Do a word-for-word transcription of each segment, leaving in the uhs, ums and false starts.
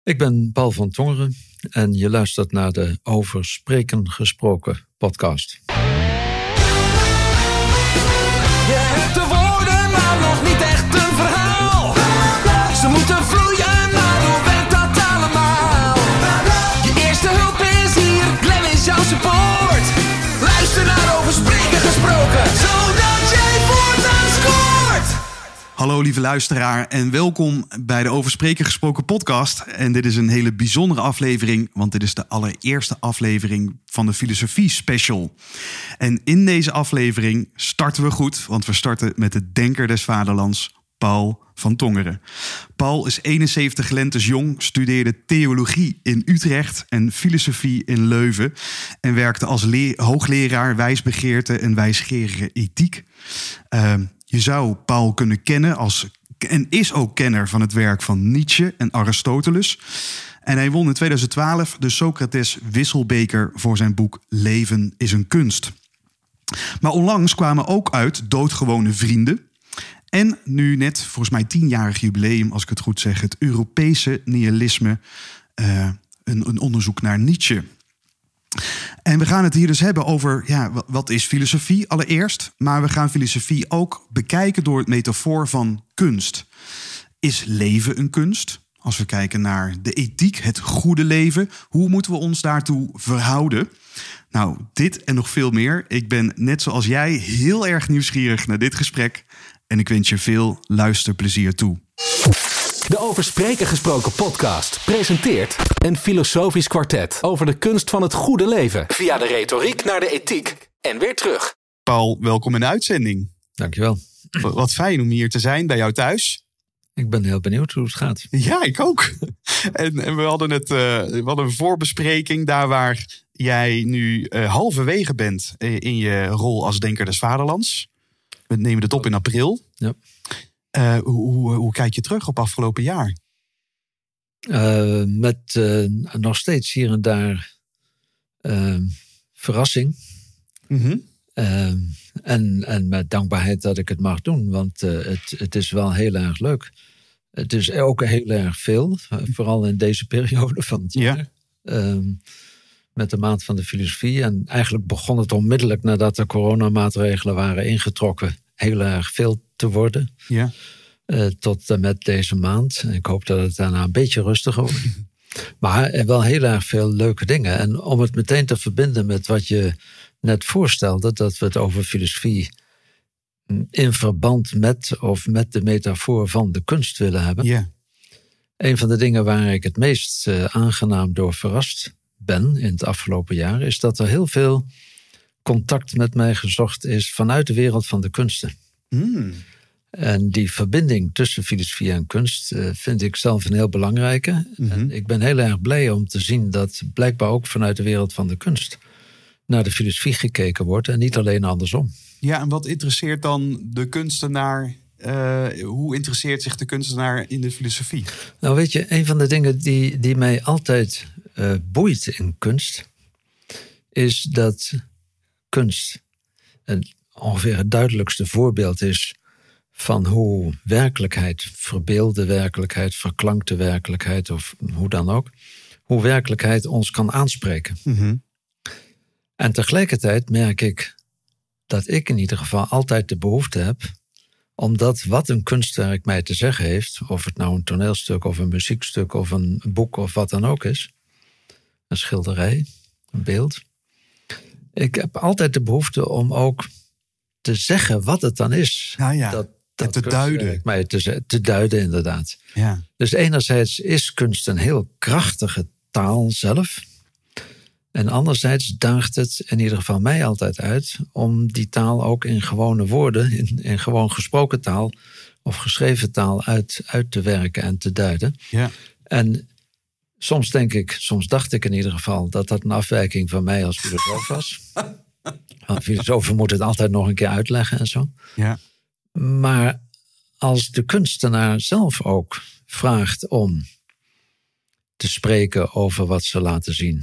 Ik ben Paul van Tongeren en je luistert naar de Over Spreken Gesproken podcast. Je hebt de woorden, maar nog niet echt een verhaal. Ze moeten vloeien, maar hoe werkt dat allemaal? Je eerste hulp is hier, Glenn is jouw support. Luister naar Over Spreken Gesproken, zodat jij voortaan scoort. Hallo lieve luisteraar en welkom bij de Over Spreken Gesproken podcast. En dit is een hele bijzondere aflevering, want dit is de allereerste aflevering van de Filosofie Special. En in deze aflevering starten we goed, want we starten met de denker des vaderlands, Paul van Tongeren. Paul is eenenzeventig lentes jong, studeerde theologie in Utrecht en filosofie in Leuven en werkte als le- hoogleraar wijsbegeerte en wijsgerige ethiek. Uh, Je zou Paul kunnen kennen als, en is ook kenner van het werk van Nietzsche en Aristoteles. En hij won in tweeduizend twaalf de Socrates Wisselbeker voor zijn boek Leven is een kunst. Maar onlangs kwamen ook uit Doodgewone Vrienden. En nu net, volgens mij tienjarig jubileum, als ik het goed zeg, het Europese nihilisme, uh, een, een onderzoek naar Nietzsche. En we gaan het hier dus hebben over, ja, wat is filosofie allereerst? Maar we gaan filosofie ook bekijken door het metafoor van kunst. Is leven een kunst? Als we kijken naar de ethiek, het goede leven, hoe moeten we ons daartoe verhouden? Nou, dit en nog veel meer. Ik ben net zoals jij heel erg nieuwsgierig naar dit gesprek. En ik wens je veel luisterplezier toe. De Over Spreken Gesproken podcast presenteert een filosofisch kwartet over de kunst van het goede leven. Via de retoriek naar de ethiek en weer terug. Paul, welkom in de uitzending. Dankjewel. Wat fijn om hier te zijn bij jou thuis. Ik ben heel benieuwd hoe het gaat. Ja, ik ook. En, en we hadden het, uh, we hadden een voorbespreking daar waar jij nu uh, halverwege bent in je rol als denker des vaderlands. We nemen het op in april. Ja. Uh, hoe, hoe, hoe kijk je terug op afgelopen jaar? Uh, met uh, nog steeds hier en daar uh, verrassing. Mm-hmm. Uh, en, en met dankbaarheid dat ik het mag doen. Want uh, het, het is wel heel erg leuk. Het is ook heel erg veel. Uh, vooral in deze periode van het jaar. Ja. Uh, met de maand van de filosofie. En eigenlijk begon het onmiddellijk nadat de coronamaatregelen waren ingetrokken. Heel erg veel te worden. Ja. Uh, tot en met deze maand. Ik hoop dat het daarna een beetje rustiger wordt. Maar wel heel erg veel leuke dingen. En om het meteen te verbinden met wat je net voorstelde, dat we het over filosofie in verband met of met de metafoor van de kunst willen hebben. Ja. Een van de dingen waar ik het meest uh, aangenaam door verrast ben in het afgelopen jaar, is dat er heel veel contact met mij gezocht is vanuit de wereld van de kunsten. Mm. En die verbinding tussen filosofie en kunst uh, vind ik zelf een heel belangrijke. Mm-hmm. En ik ben heel erg blij om te zien dat blijkbaar ook vanuit de wereld van de kunst naar de filosofie gekeken wordt en niet alleen andersom. Ja, en wat interesseert dan de kunstenaar? Uh, hoe interesseert zich de kunstenaar in de filosofie? Nou weet je, een van de dingen die, die mij altijd uh, boeit in kunst is dat kunst een, ongeveer het duidelijkste voorbeeld is van hoe werkelijkheid, verbeelde werkelijkheid, verklankte werkelijkheid of hoe dan ook, hoe werkelijkheid ons kan aanspreken. Mm-hmm. En tegelijkertijd merk ik dat ik in ieder geval altijd de behoefte heb om dat wat een kunstwerk mij te zeggen heeft, of het nou een toneelstuk of een muziekstuk of een boek of wat dan ook is, een schilderij, een beeld. Ik heb altijd de behoefte om ook te zeggen wat het dan is. Ja, ja. Dat, dat te duiden. Mij te, te duiden, inderdaad. Ja. Dus enerzijds is kunst een heel krachtige taal zelf. En anderzijds daagt het in ieder geval mij altijd uit om die taal ook in gewone woorden, in, in gewoon gesproken taal of geschreven taal uit, uit te werken en te duiden. Ja. En soms denk ik, soms dacht ik in ieder geval dat dat een afwijking van mij als filosoof was. Want filosofen moeten het altijd nog een keer uitleggen en zo. Ja. Maar als de kunstenaar zelf ook vraagt om te spreken over wat ze laten zien,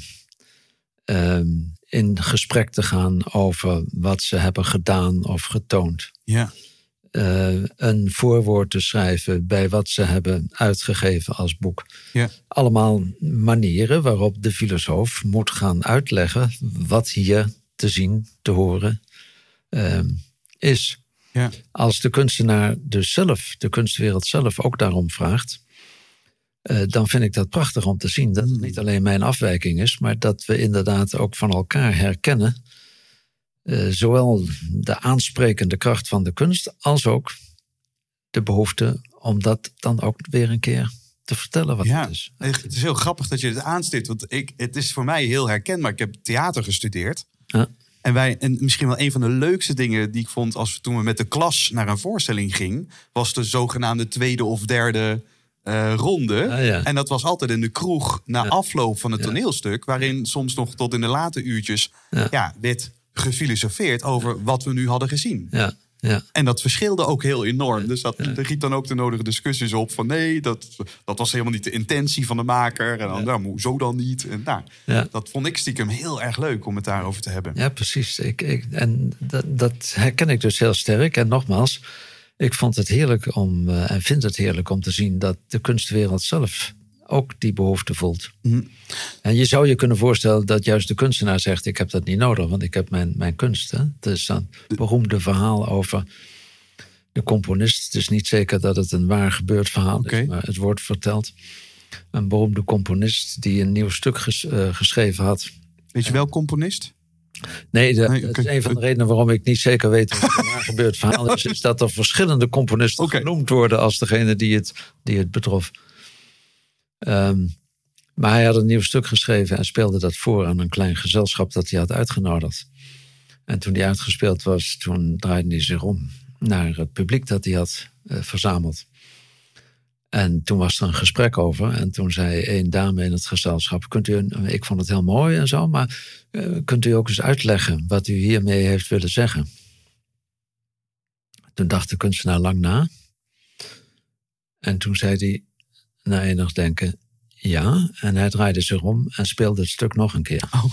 Um, in gesprek te gaan over wat ze hebben gedaan of getoond. Ja. uh, een voorwoord te schrijven bij wat ze hebben uitgegeven als boek. Ja. Allemaal manieren waarop de filosoof moet gaan uitleggen wat hier te zien, te horen uh, is. Ja. Als de kunstenaar dus zelf, de kunstwereld zelf ook daarom vraagt, uh, dan vind ik dat prachtig om te zien dat het niet alleen mijn afwijking is, maar dat we inderdaad ook van elkaar herkennen uh, zowel de aansprekende kracht van de kunst als ook de behoefte om dat dan ook weer een keer te vertellen wat ja, het is. Het is heel grappig dat je het aanstipt, want ik, het is voor mij heel herkenbaar. Ik heb theater gestudeerd. Ja. En, wij, en misschien wel een van de leukste dingen die ik vond als we, toen we met de klas naar een voorstelling gingen, was de zogenaamde tweede of derde uh, ronde. Ah, ja. En dat was altijd in de kroeg na ja. afloop van het ja. toneelstuk, waarin soms nog tot in de late uurtjes ja. Ja, werd gefilosofeerd over wat we nu hadden gezien. Ja. Ja. En dat verschilde ook heel enorm. Dus dat, ja. er riep dan ook de nodige discussies op van nee, dat, dat was helemaal niet de intentie van de maker. En dan, ja. nou, zo dan niet. En, nou, ja. Dat vond ik stiekem heel erg leuk om het daarover te hebben. Ja, precies. Ik, ik, en dat, dat herken ik dus heel sterk. En nogmaals, ik vond het heerlijk om, uh, en vind het heerlijk om te zien dat de kunstwereld zelf ook die behoefte voelt. Mm. En je zou je kunnen voorstellen dat juist de kunstenaar zegt, ik heb dat niet nodig, want ik heb mijn, mijn kunst. Hè? Het is een beroemde verhaal over de componist. Het is niet zeker dat het een waar gebeurd verhaal okay. is, maar het wordt verteld. Een beroemde componist die een nieuw stuk ges, uh, geschreven had. Weet je welk componist? Nee, de, nee dat okay. is een van de redenen waarom ik niet zeker weet of het een waar gebeurd verhaal is. Is dat er verschillende componisten okay. genoemd worden als degene die het, die het betrof. Um, maar hij had een nieuw stuk geschreven en speelde dat voor aan een klein gezelschap dat hij had uitgenodigd. En toen die uitgespeeld was, toen draaide hij zich om naar het publiek dat hij had uh, verzameld. En toen was er een gesprek over. En toen zei een dame in het gezelschap, kunt u, ik vond het heel mooi en zo, maar uh, kunt u ook eens uitleggen wat u hiermee heeft willen zeggen? Toen dacht de kunstenaar lang na. En toen zei hij, na enig denken, ja. En hij draaide zich om en speelde het stuk nog een keer. Oh.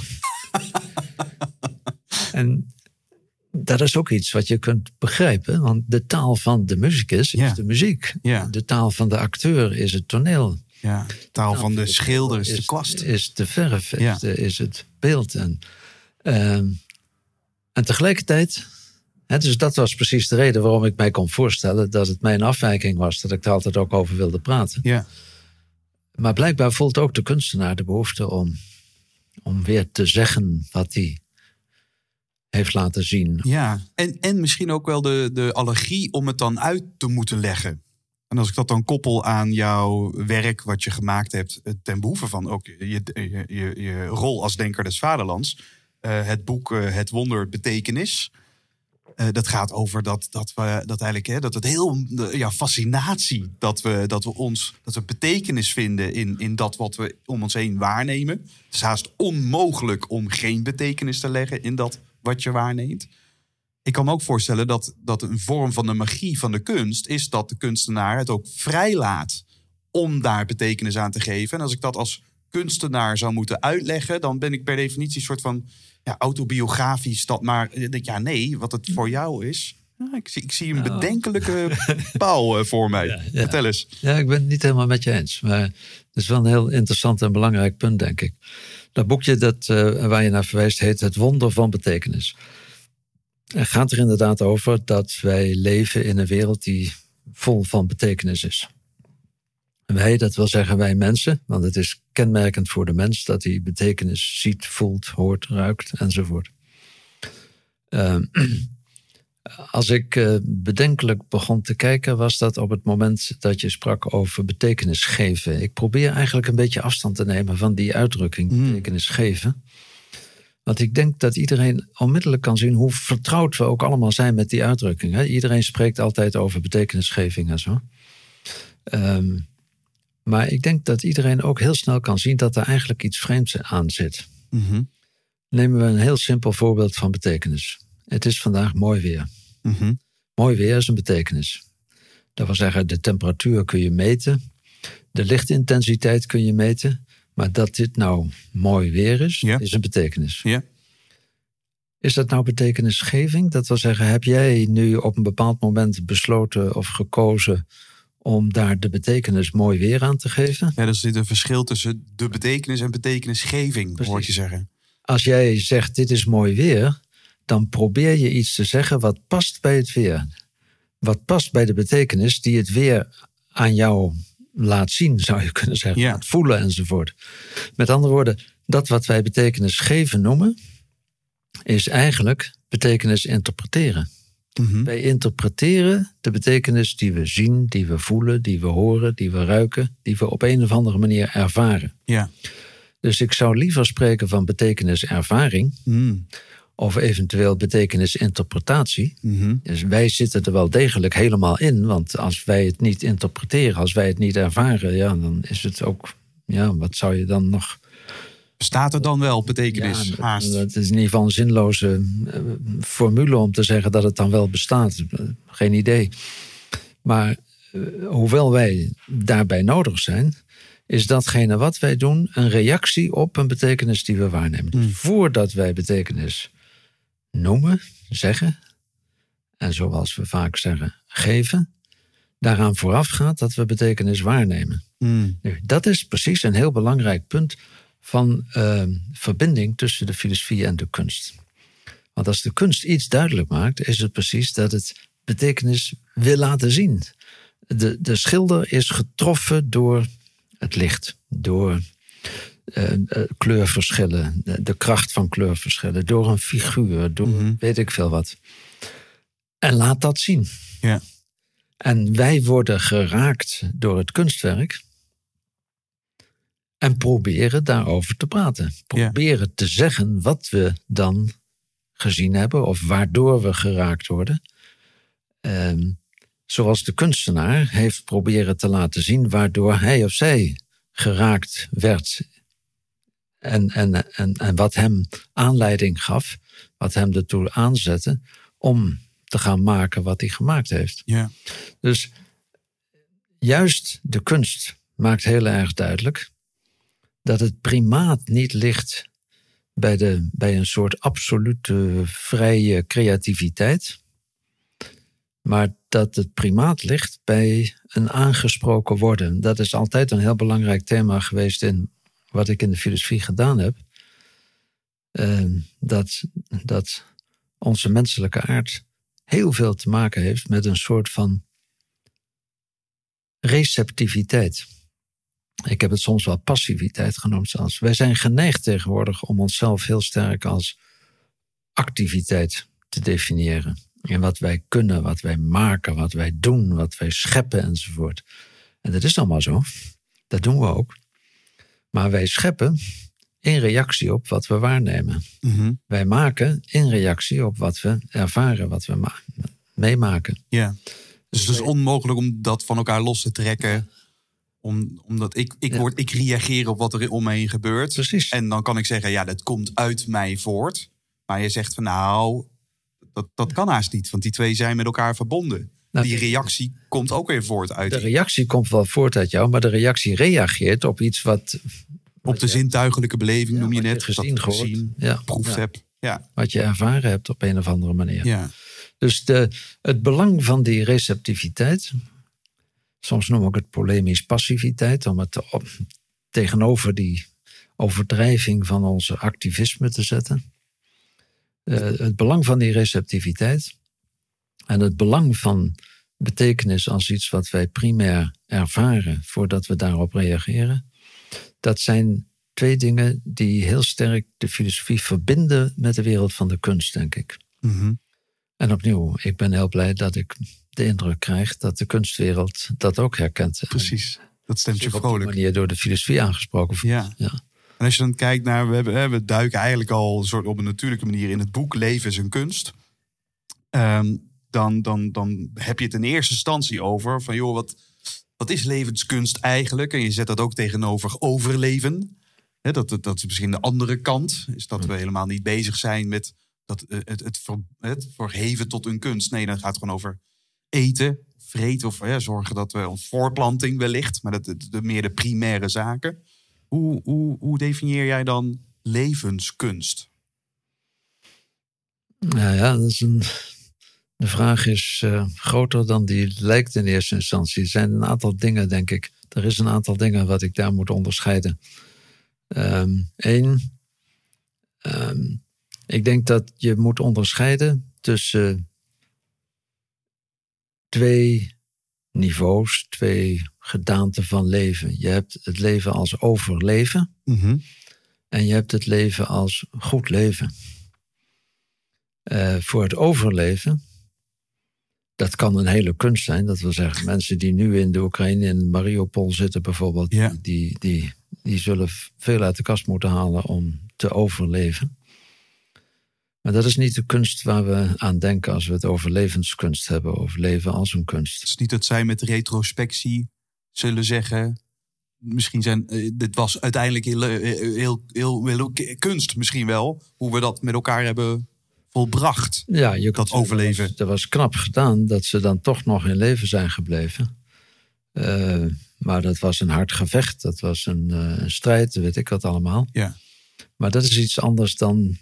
En dat is ook iets wat je kunt begrijpen. Want de taal van de muzikus is ja. de muziek. Ja. De taal van de acteur is het toneel. Ja. De taal van de schilder is, is de kwast. Is de verf, ja. is, de, is het beeld. En, uh, en tegelijkertijd... He, dus dat was precies de reden waarom ik mij kon voorstellen dat het mijn afwijking was. Dat ik er altijd ook over wilde praten. Ja. Maar blijkbaar voelt ook de kunstenaar de behoefte om, om weer te zeggen wat hij heeft laten zien. Ja, en, en misschien ook wel de, de allergie om het dan uit te moeten leggen. En als ik dat dan koppel aan jouw werk wat je gemaakt hebt ten behoeve van ook je, je, je, je rol als denker des vaderlands. Uh, het boek uh, Het Wonder Betekenis. Uh, dat gaat over dat, dat we dat eigenlijk hè, dat het heel de, ja, fascinatie dat we dat we ons dat we betekenis vinden in, in dat wat we om ons heen waarnemen. Het is haast onmogelijk om geen betekenis te leggen in dat wat je waarneemt. Ik kan me ook voorstellen dat, dat een vorm van de magie van de kunst is dat de kunstenaar het ook vrijlaat om daar betekenis aan te geven. En als ik dat als kunstenaar zou moeten uitleggen, dan ben ik per definitie een soort van ja, autobiografisch dat maar. Ja, nee, wat het voor jou is. Ja, ik, zie, ik zie een bedenkelijke paal uh, voor mij. Ja, ja. Vertel eens. Ja, ik ben het niet helemaal met je eens. Maar het is wel een heel interessant en belangrijk punt, denk ik. Dat boekje dat, uh, waar je naar verwijst heet Het Wonder van Betekenis. Het gaat er inderdaad over dat wij leven in een wereld die vol van betekenis is. En wij, dat wil zeggen wij mensen, want het is kenmerkend voor de mens dat hij betekenis ziet, voelt, hoort, ruikt enzovoort. Uh, als ik uh, bedenkelijk begon te kijken, was dat op het moment dat je sprak over betekenis geven. Ik probeer eigenlijk een beetje afstand te nemen van die uitdrukking, mm. betekenis geven. Want ik denk dat iedereen onmiddellijk kan zien hoe vertrouwd we ook allemaal zijn met die uitdrukking. Hè? Iedereen spreekt altijd over betekenisgeving en zo. Um, maar ik denk dat iedereen ook heel snel kan zien dat er eigenlijk iets vreemds aan zit. Mm-hmm. Nemen we een heel simpel voorbeeld van betekenis. Het is vandaag mooi weer. Mm-hmm. Mooi weer is een betekenis. Dat wil zeggen, de temperatuur kun je meten. De lichtintensiteit kun je meten. Maar dat dit nou mooi weer is, ja. is een betekenis. Ja. Is dat nou betekenisgeving? Dat wil zeggen, heb jij nu op een bepaald moment besloten of gekozen om daar de betekenis mooi weer aan te geven? Ja, er zit een verschil tussen de betekenis en betekenisgeving, Precies. hoor je zeggen. Als jij zegt, dit is mooi weer, dan probeer je iets te zeggen wat past bij het weer. Wat past bij de betekenis die het weer aan jou laat zien, zou je kunnen zeggen. Ja. Laat voelen enzovoort. Met andere woorden, dat wat wij betekenis geven noemen, is eigenlijk betekenis interpreteren. Mm-hmm. Wij interpreteren de betekenis die we zien, die we voelen, die we horen, die we ruiken, die we op een of andere manier ervaren. Ja. Dus ik zou liever spreken van betekeniservaring Mm. of eventueel betekenisinterpretatie. Mm-hmm. Dus wij zitten er wel degelijk helemaal in, want als wij het niet interpreteren, als wij het niet ervaren, ja, dan is het ook, ja, wat zou je dan nog... Bestaat er dan wel betekenis? Ja, haast. dat is in ieder geval een zinloze uh, formule om te zeggen dat het dan wel bestaat. Uh, geen idee. Maar uh, hoewel wij daarbij nodig zijn, is datgene wat wij doen een reactie op een betekenis die we waarnemen. Dus Mm. voordat wij betekenis noemen, zeggen, en zoals we vaak zeggen, geven, daaraan vooraf gaat dat we betekenis waarnemen. Mm. Nu, dat is precies een heel belangrijk punt van uh, verbinding tussen de filosofie en de kunst. Want als de kunst iets duidelijk maakt, is het precies dat het betekenis wil laten zien. De, de schilder is getroffen door het licht, door uh, uh, kleurverschillen, de, de kracht van kleurverschillen, door een figuur, door Mm-hmm. weet ik veel wat. En laat dat zien. Ja. En wij worden geraakt door het kunstwerk en proberen daarover te praten. Proberen te zeggen wat we dan gezien hebben of waardoor we geraakt worden. Um, zoals de kunstenaar heeft proberen te laten zien waardoor hij of zij geraakt werd. En, en, en, en wat hem aanleiding gaf, wat hem ertoe aanzette om te gaan maken wat hij gemaakt heeft. Ja. Dus juist de kunst maakt heel erg duidelijk dat het primaat niet ligt bij, de, bij een soort absolute vrije creativiteit, maar dat het primaat ligt bij een aangesproken worden. Dat is altijd een heel belangrijk thema geweest in wat ik in de filosofie gedaan heb. Uh, dat, dat onze menselijke aard heel veel te maken heeft met een soort van receptiviteit. Ik heb het soms wel passiviteit genoemd zelfs. Wij zijn geneigd tegenwoordig om onszelf heel sterk als activiteit te definiëren. En wat wij kunnen, wat wij maken, wat wij doen, wat wij scheppen enzovoort. En dat is allemaal zo. Dat doen we ook. Maar wij scheppen in reactie op wat we waarnemen. Mm-hmm. Wij maken in reactie op wat we ervaren, wat we ma- meemaken. Ja. Dus het is onmogelijk om dat van elkaar los te trekken. Om, omdat ik, ik, Ja. word, ik reageer op wat er om me heen gebeurt. Precies. En dan kan ik zeggen, ja, dat komt uit mij voort. Maar je zegt van nou, dat, dat kan haast niet. Want die twee zijn met elkaar verbonden. Nou, die reactie komt ook weer voort uit De die- reactie komt wel voort uit jou, maar de reactie reageert op iets wat... op de zintuigelijke beleving, Ja, noem je wat je net. gezien, dat gehoord. gezien, Ja, geproefd ja. heb. Ja, wat je ervaren hebt op een of andere manier. ja. Dus de, het belang van die receptiviteit, soms noem ik het polemisch passiviteit, om het op, tegenover die overdrijving van onze activisme te zetten. Uh, het belang van die receptiviteit en het belang van betekenis als iets wat wij primair ervaren voordat we daarop reageren, dat zijn twee dingen die heel sterk de filosofie verbinden met de wereld van de kunst, denk ik. Mm-hmm. En opnieuw, ik ben heel blij dat ik de indruk krijg dat de kunstwereld dat ook herkent. Precies, dat stemt je En zich op die vrolijk. manier door de filosofie aangesproken voelt. Ja. Ja. En als je dan kijkt naar, we, hebben, hè, we duiken eigenlijk al een soort op een natuurlijke manier in het boek Leven is een kunst. Um, dan, dan, dan heb je het in eerste instantie over van joh, wat, wat is levenskunst eigenlijk? En je zet dat ook tegenover overleven. He, dat, dat, dat is misschien de andere kant. Is dat we helemaal niet bezig zijn met dat, het, het, het, ver, het verheven tot een kunst. Nee, dan gaat het gewoon over eten, vreten of ja, zorgen dat we ons voortplanting wellicht. Maar dat, de, de, meer de primaire zaken. Hoe, hoe, hoe definieer jij dan levenskunst? Nou ja, dat is een, de vraag is uh, groter dan die lijkt in eerste instantie. Er zijn een aantal dingen, denk ik. Er is een aantal dingen wat ik daar moet onderscheiden. Eén, um, um, ik denk dat je moet onderscheiden tussen uh, twee niveaus, twee gedaanten van leven. Je hebt het leven als overleven mm-hmm. en je hebt het leven als goed leven. Uh, voor het overleven, dat kan een hele kunst zijn. Dat wil zeggen, mensen die nu in de Oekraïne, in Mariupol zitten bijvoorbeeld, ja. die, die, die zullen veel uit de kast moeten halen om te overleven. Maar dat is niet de kunst waar we aan denken als we het over levenskunst hebben, over leven als een kunst. Het is niet dat zij met retrospectie zullen zeggen, misschien zijn, dit was uiteindelijk heel, heel, heel, heel kunst misschien wel, hoe we dat met elkaar hebben volbracht. Ja, je dat overleven. Dat was, dat was knap gedaan dat ze dan toch nog in leven zijn gebleven. Uh, maar dat was een hard gevecht, dat was een, uh, een strijd, weet ik wat allemaal. Ja. Maar dat is iets anders dan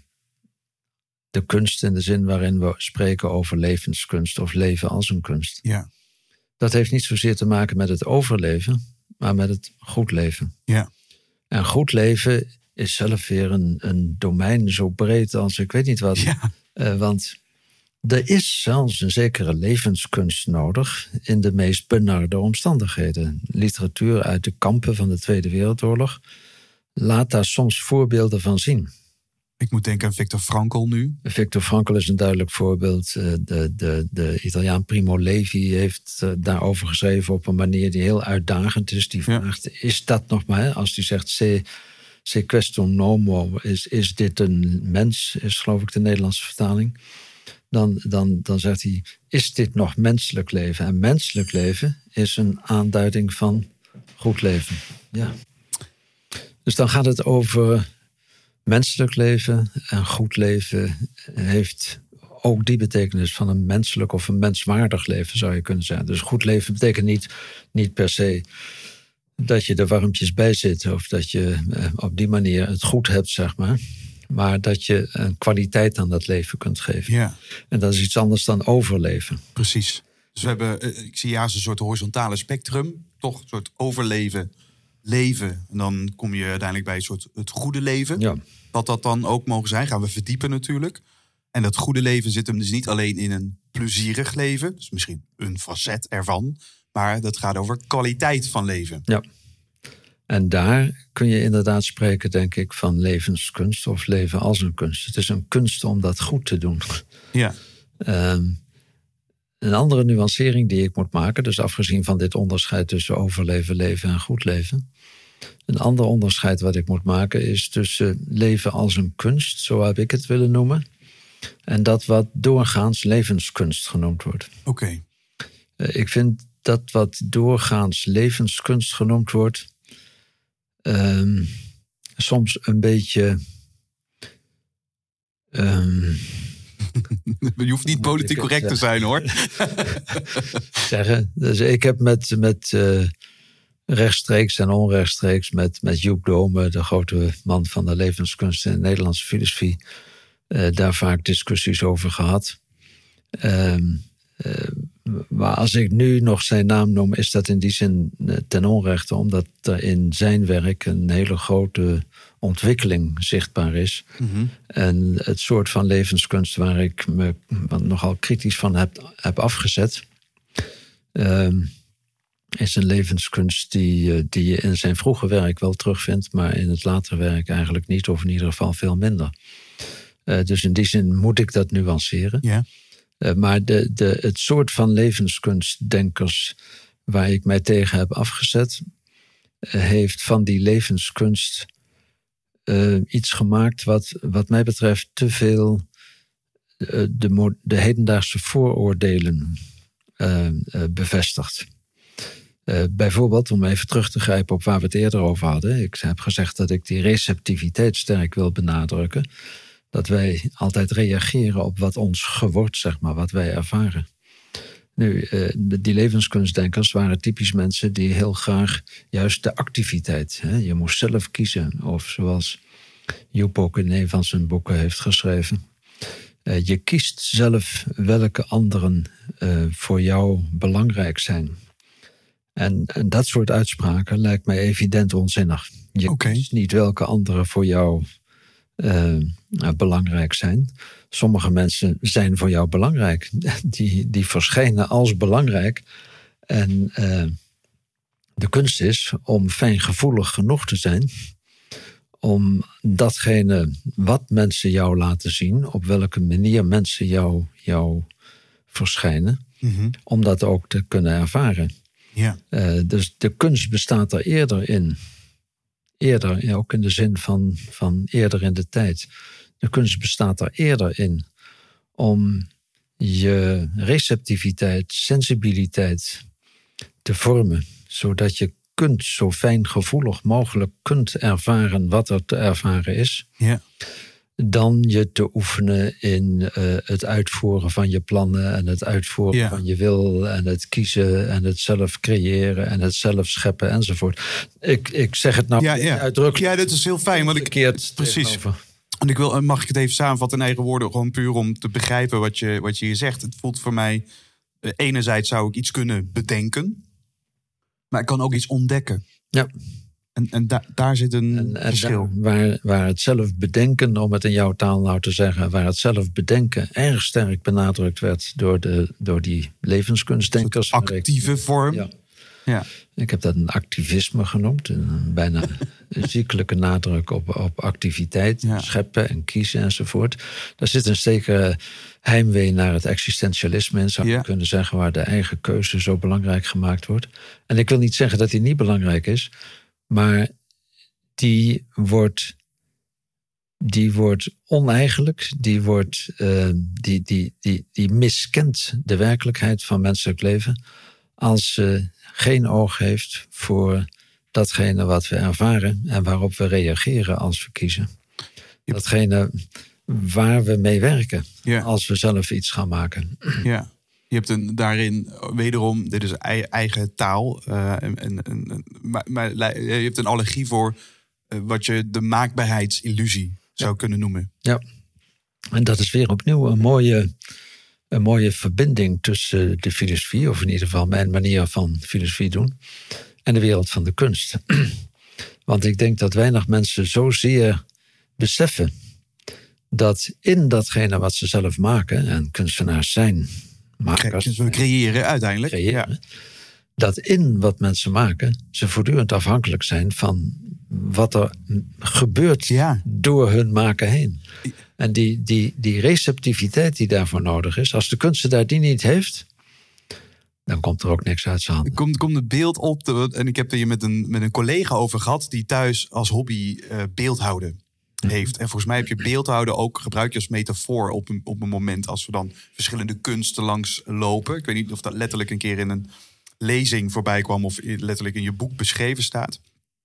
de kunst in de zin waarin we spreken over levenskunst of leven als een kunst. Ja. Dat heeft niet zozeer te maken met het overleven, maar met het goed leven. Ja. En goed leven is zelf weer een, een domein zo breed als ik weet niet wat. Ja. Uh, want er is zelfs een zekere levenskunst nodig in de meest benarde omstandigheden. Literatuur uit de kampen van de Tweede Wereldoorlog laat daar soms voorbeelden van zien. Ik moet denken aan Viktor Frankl nu. Viktor Frankl is een duidelijk voorbeeld. De, de, de Italiaan Primo Levi heeft daarover geschreven op een manier die heel uitdagend is. Die vraagt, ja. is dat nog maar? Als hij zegt, se, se questo un uomo, is, is dit een mens, is geloof ik de Nederlandse vertaling. Dan, dan, dan zegt hij, is dit nog menselijk leven? En menselijk leven is een aanduiding van goed leven. Ja. Dus dan gaat het over menselijk leven en goed leven heeft ook die betekenis van een menselijk of een menswaardig leven, zou je kunnen zeggen. Dus goed leven betekent niet, niet per se dat je er warmpjes bij zit of dat je eh, op die manier het goed hebt, zeg maar. Maar dat je een kwaliteit aan dat leven kunt geven. Ja. En dat is iets anders dan overleven. Precies. Dus we hebben, ik zie juist een soort horizontale spectrum. Toch een soort overleven, leven. En dan kom je uiteindelijk bij een soort het goede leven. Ja. Wat dat dan ook mogen zijn, gaan we verdiepen natuurlijk. En dat goede leven zit hem dus niet alleen in een plezierig leven. Dus misschien een facet ervan. Maar dat gaat over kwaliteit van leven. Ja. En daar kun je inderdaad spreken, denk ik, van levenskunst of leven als een kunst. Het is een kunst om dat goed te doen. Ja. Um, een andere nuancering die ik moet maken, dus afgezien van dit onderscheid tussen overleven, leven en goed leven. Een ander onderscheid wat ik moet maken is tussen leven als een kunst, zo heb ik het willen noemen, en dat wat doorgaans levenskunst genoemd wordt. Oké. Okay. Uh, ik vind dat wat doorgaans levenskunst genoemd wordt, Um, soms een beetje Um, je hoeft niet politiek correct te zijn, hoor. zeggen. Dus ik heb met, met uh, rechtstreeks en onrechtstreeks met, met Joep Dome, de grote man van de levenskunst in de Nederlandse filosofie, uh, daar vaak discussies over gehad. Um, uh, maar als ik nu nog zijn naam noem, is dat in die zin ten onrechte, omdat er in zijn werk een hele grote ontwikkeling zichtbaar is. Mm-hmm. En het soort van levenskunst waar ik me nogal kritisch van heb, heb afgezet, um, is een levenskunst die, die je in zijn vroege werk wel terugvindt, maar in het latere werk eigenlijk niet, of in ieder geval veel minder. Uh, dus in die zin moet ik dat nuanceren. Yeah. Uh, maar de, de, het soort van levenskunstdenkers waar ik mij tegen heb afgezet, uh, heeft van die levenskunst uh, iets gemaakt wat, wat mij betreft te veel uh, de, de hedendaagse vooroordelen uh, uh, bevestigt. Uh, bijvoorbeeld, om even terug te grijpen op waar we het eerder over hadden. Ik heb gezegd dat ik die receptiviteit sterk wil benadrukken. Dat wij altijd reageren op wat ons gewordt, zeg maar, wat wij ervaren. Nu, uh, die levenskunstdenkers waren typisch mensen die heel graag juist de activiteit, hè, je moest zelf kiezen. Of zoals Joep ook in een van zijn boeken heeft geschreven. Uh, je kiest zelf welke anderen uh, voor jou belangrijk zijn. En, en dat soort uitspraken lijkt mij evident onzinnig. Je okay. kiest niet welke anderen voor jou uh, belangrijk zijn. Sommige mensen zijn voor jou belangrijk. Die, die verschijnen als belangrijk. En uh, de kunst is om fijngevoelig genoeg te zijn om datgene wat mensen jou laten zien, op welke manier mensen jou, jou verschijnen, mm-hmm. om dat ook te kunnen ervaren. Ja. Uh, dus de kunst bestaat er eerder in. Eerder, ja, ook in de zin van, van eerder in de tijd. De kunst bestaat er eerder in om je receptiviteit, sensibiliteit te vormen, zodat je kunt zo fijngevoelig mogelijk kunt ervaren wat er te ervaren is. Ja. Dan je te oefenen in uh, het uitvoeren van je plannen en het uitvoeren ja. van je wil en het kiezen en het zelf creëren en het zelf scheppen enzovoort. Ik, ik zeg het nou ja, ja. uitdrukkelijk. Ja, dit is heel fijn. Want ik, precies. Tegenover. En ik wil, mag ik het even samenvatten in eigen woorden, gewoon puur om te begrijpen wat je, wat je hier zegt. Het voelt voor mij, uh, enerzijds zou ik iets kunnen bedenken, maar ik kan ook iets ontdekken. Ja. En, en da, daar zit een en, en verschil. Daar, waar, waar het zelf bedenken, om het in jouw taal nou te zeggen, waar het zelf bedenken erg sterk benadrukt werd door, de, door die levenskunstdenkers. Een actieve vorm. Ja. Ja. Ik heb dat een activisme genoemd. Een bijna ziekelijke nadruk op, op activiteit, ja. scheppen en kiezen enzovoort. Daar zit een zekere heimwee naar het existentialisme in, zou je ja. kunnen zeggen, waar de eigen keuze zo belangrijk gemaakt wordt. En ik wil niet zeggen dat die niet belangrijk is, maar die wordt, die wordt oneigenlijk, die, wordt, uh, die, die, die, die miskent de werkelijkheid van menselijk leven als ze geen oog heeft voor datgene wat we ervaren en waarop we reageren als we kiezen. Ja. Datgene waar we mee werken ja. als we zelf iets gaan maken. Ja. Je hebt een, daarin wederom, dit is eigen taal, uh, en, en, en, maar, maar je hebt een allergie voor uh, wat je de maakbaarheidsillusie zou ja. kunnen noemen. Ja, en dat is weer opnieuw een mooie, een mooie verbinding tussen de filosofie, of in ieder geval mijn manier van filosofie doen, en de wereld van de kunst. Want ik denk dat weinig mensen zozeer beseffen dat in datgene wat ze zelf maken, en kunstenaars zijn makers, we creëren uiteindelijk. Creëren, ja. Dat in wat mensen maken, ze voortdurend afhankelijk zijn van wat er gebeurt ja. door hun maken heen. En die, die, die receptiviteit die daarvoor nodig is, als de kunstenaar die niet heeft, dan komt er ook niks uit zijn handen. Er komt, komt het beeld op, de, en ik heb er hier met een, met een collega over gehad, die thuis als hobby uh, beeldhouden heeft. En volgens mij heb je beeldhouden ook, gebruik je als metafoor op een, op een moment als we dan verschillende kunsten langs lopen. Ik weet niet of dat letterlijk een keer in een lezing voorbij kwam of letterlijk in je boek beschreven staat.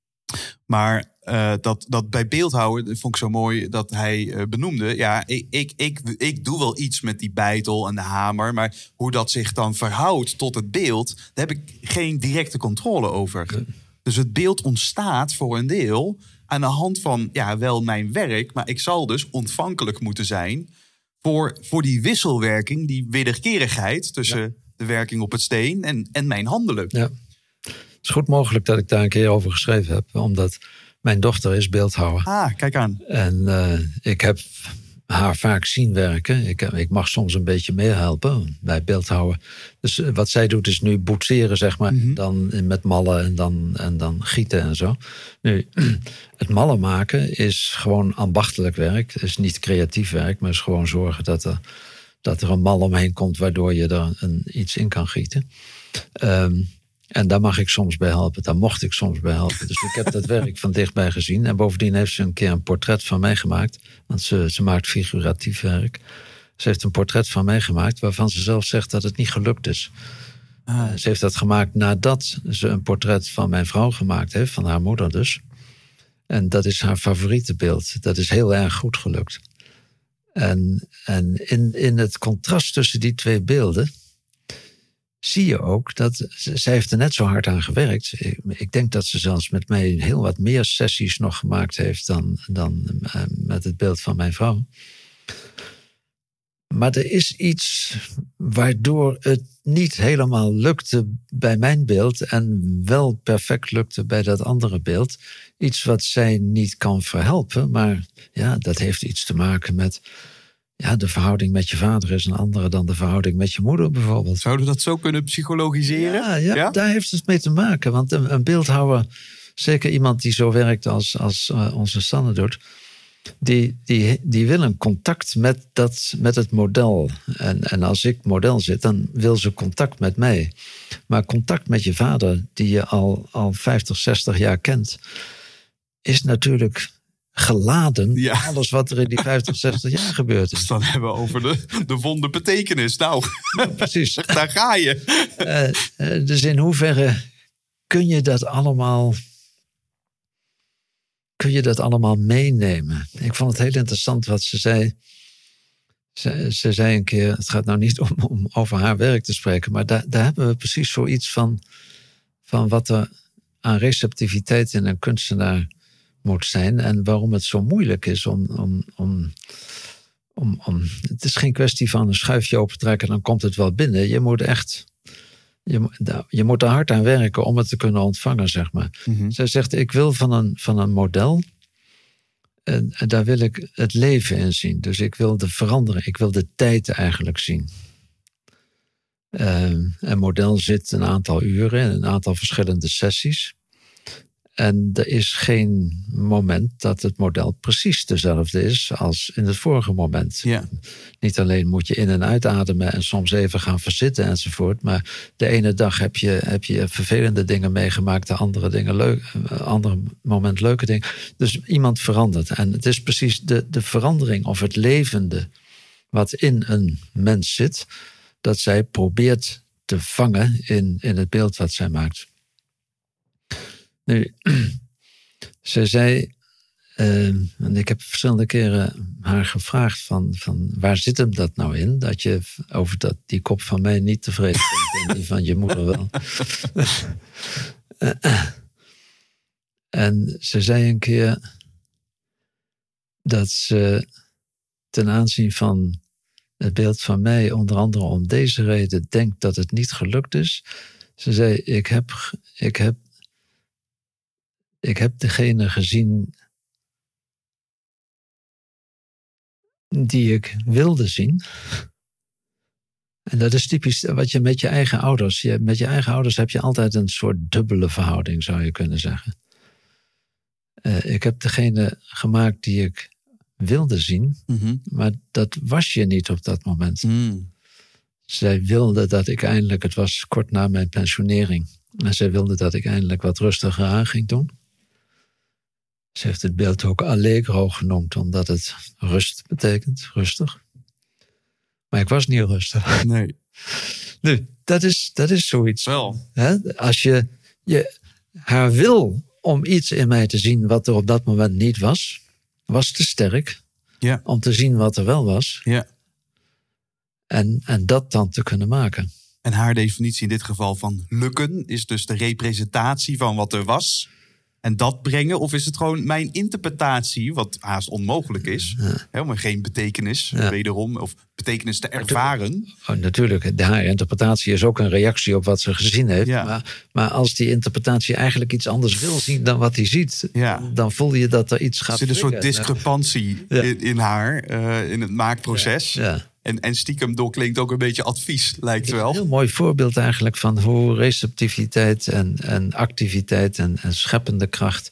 Maar uh, dat, dat bij beeldhouden, dat vond ik zo mooi dat hij uh, benoemde. Ja, ik, ik, ik, ik doe wel iets met die beitel en de hamer, maar hoe dat zich dan verhoudt tot het beeld, daar heb ik geen directe controle over. Nee. Dus het beeld ontstaat voor een deel aan de hand van, ja, wel mijn werk, maar ik zal dus ontvankelijk moeten zijn voor, voor die wisselwerking, die wederkerigheid tussen ja. de werking op het steen en, en mijn handelen. Ja. Het is goed mogelijk dat ik daar een keer over geschreven heb, omdat mijn dochter is beeldhouwer. Ah, kijk aan. En uh, ik heb haar vaak zien werken. Ik, ik mag soms een beetje meehelpen bij beeldhouwen. Dus wat zij doet is nu boetseren, zeg maar. Mm-hmm. Dan met mallen en dan, en dan gieten en zo. Nu, het mallen maken is gewoon ambachtelijk werk. Het is niet creatief werk, maar het is gewoon zorgen dat er, dat er een mal omheen komt, waardoor je er een, iets in kan gieten. Um, En daar mag ik soms bij helpen. Daar mocht ik soms bij helpen. Dus ik heb dat werk van dichtbij gezien. En bovendien heeft ze een keer een portret van mij gemaakt. Want ze, ze maakt figuratief werk. Ze heeft een portret van mij gemaakt waarvan ze zelf zegt dat het niet gelukt is. Ah. Uh, ze heeft dat gemaakt nadat ze een portret van mijn vrouw gemaakt heeft. Van haar moeder dus. En dat is haar favoriete beeld. Dat is heel erg goed gelukt. En, en in, in het contrast tussen die twee beelden zie je ook dat zij heeft er net zo hard aan gewerkt. Ik, ik denk dat ze zelfs met mij heel wat meer sessies nog gemaakt heeft dan, dan uh, met het beeld van mijn vrouw. Maar er is iets waardoor het niet helemaal lukte bij mijn beeld en wel perfect lukte bij dat andere beeld. Iets wat zij niet kan verhelpen, maar ja, dat heeft iets te maken met... Ja, de verhouding met je vader is een andere dan de verhouding met je moeder bijvoorbeeld. Zouden we dat zo kunnen psychologiseren? Ja, ja, ja? Daar heeft het mee te maken. Want een, een beeldhouwer, zeker iemand die zo werkt als, als uh, onze Sanne doet... Die, die, die wil een contact met, dat, met het model. En, en als ik model zit, dan wil ze contact met mij. Maar contact met je vader, die je al, al vijftig, zestig jaar kent... is natuurlijk geladen ja. alles wat er in die vijftig, zestig jaar gebeurd is. Dus dan hebben we over de, de wonde betekenis. Nou, ja, precies. Daar ga je. Uh, uh, dus in hoeverre kun je dat allemaal... kun je dat allemaal meenemen? Ik vond het heel interessant wat ze zei. Ze, ze zei een keer, het gaat nou niet om, om over haar werk te spreken... maar daar, daar hebben we precies zoiets van... van wat er aan receptiviteit in een kunstenaar moet zijn... en waarom het zo moeilijk is om... om, om, om, om het is geen kwestie van een schuifje opentrekken... dan komt het wel binnen. Je moet echt... Je, je moet er hard aan werken om het te kunnen ontvangen, zeg maar. Mm-hmm. Zij zegt, ik wil van een, van een model... En, en daar wil ik het leven in zien. Dus ik wil de verandering, ik wil de tijd eigenlijk zien. Uh, een model zit een aantal uren in een aantal verschillende sessies. En er is geen moment dat het model precies dezelfde is als in het vorige moment. Ja. Niet alleen moet je in- en uitademen en soms even gaan verzitten enzovoort. Maar de ene dag heb je, heb je vervelende dingen meegemaakt, de andere dingen leuk, andere moment leuke dingen. Dus iemand verandert. En het is precies de, de verandering of het levende wat in een mens zit, dat zij probeert te vangen in, in het beeld wat zij maakt. Nu, ze zei, uh, en ik heb verschillende keren haar gevraagd van, van waar zit hem dat nou in? Dat je over dat, die kop van mij niet tevreden bent en die van je moeder wel. uh, uh. En ze zei een keer dat ze ten aanzien van het beeld van mij onder andere om deze reden denkt dat het niet gelukt is. Ze zei, ik heb... Ik heb Ik heb degene gezien die ik wilde zien. En dat is typisch wat je met je eigen ouders... Je, met je eigen ouders heb je altijd een soort dubbele verhouding, zou je kunnen zeggen. Uh, ik heb degene gemaakt die ik wilde zien, mm-hmm. maar dat was je niet op dat moment. Mm. Zij wilde dat ik eindelijk... Het was kort na mijn pensionering. En zij wilde dat ik eindelijk wat rustiger aan ging doen. Ze heeft het beeld ook Allegro genoemd, omdat het rust betekent, rustig. Maar ik was niet rustig. Nee. Nu, dat is, dat is zoiets. Wel. Hè? Als je, je haar wil om iets in mij te zien wat er op dat moment niet was, was te sterk. Ja. Om te zien wat er wel was. Ja. En, en dat dan te kunnen maken. En haar definitie in dit geval van lukken is dus de representatie van wat er was. En dat brengen? Of is het gewoon mijn interpretatie, wat haast onmogelijk is, ja. hè, om geen betekenis, ja. wederom, of betekenis te ervaren? Oh, natuurlijk, haar interpretatie is ook een reactie op wat ze gezien heeft. Ja. Maar, maar als die interpretatie eigenlijk iets anders wil zien dan wat hij ziet, ja. dan voel je dat er iets gaat. Er zit een soort discrepantie ja. in, in haar, uh, in het maakproces. Ja. Ja. En, en stiekem doorklinkt ook een beetje advies, lijkt wel. Een heel mooi voorbeeld eigenlijk van hoe receptiviteit en, en activiteit en, en scheppende kracht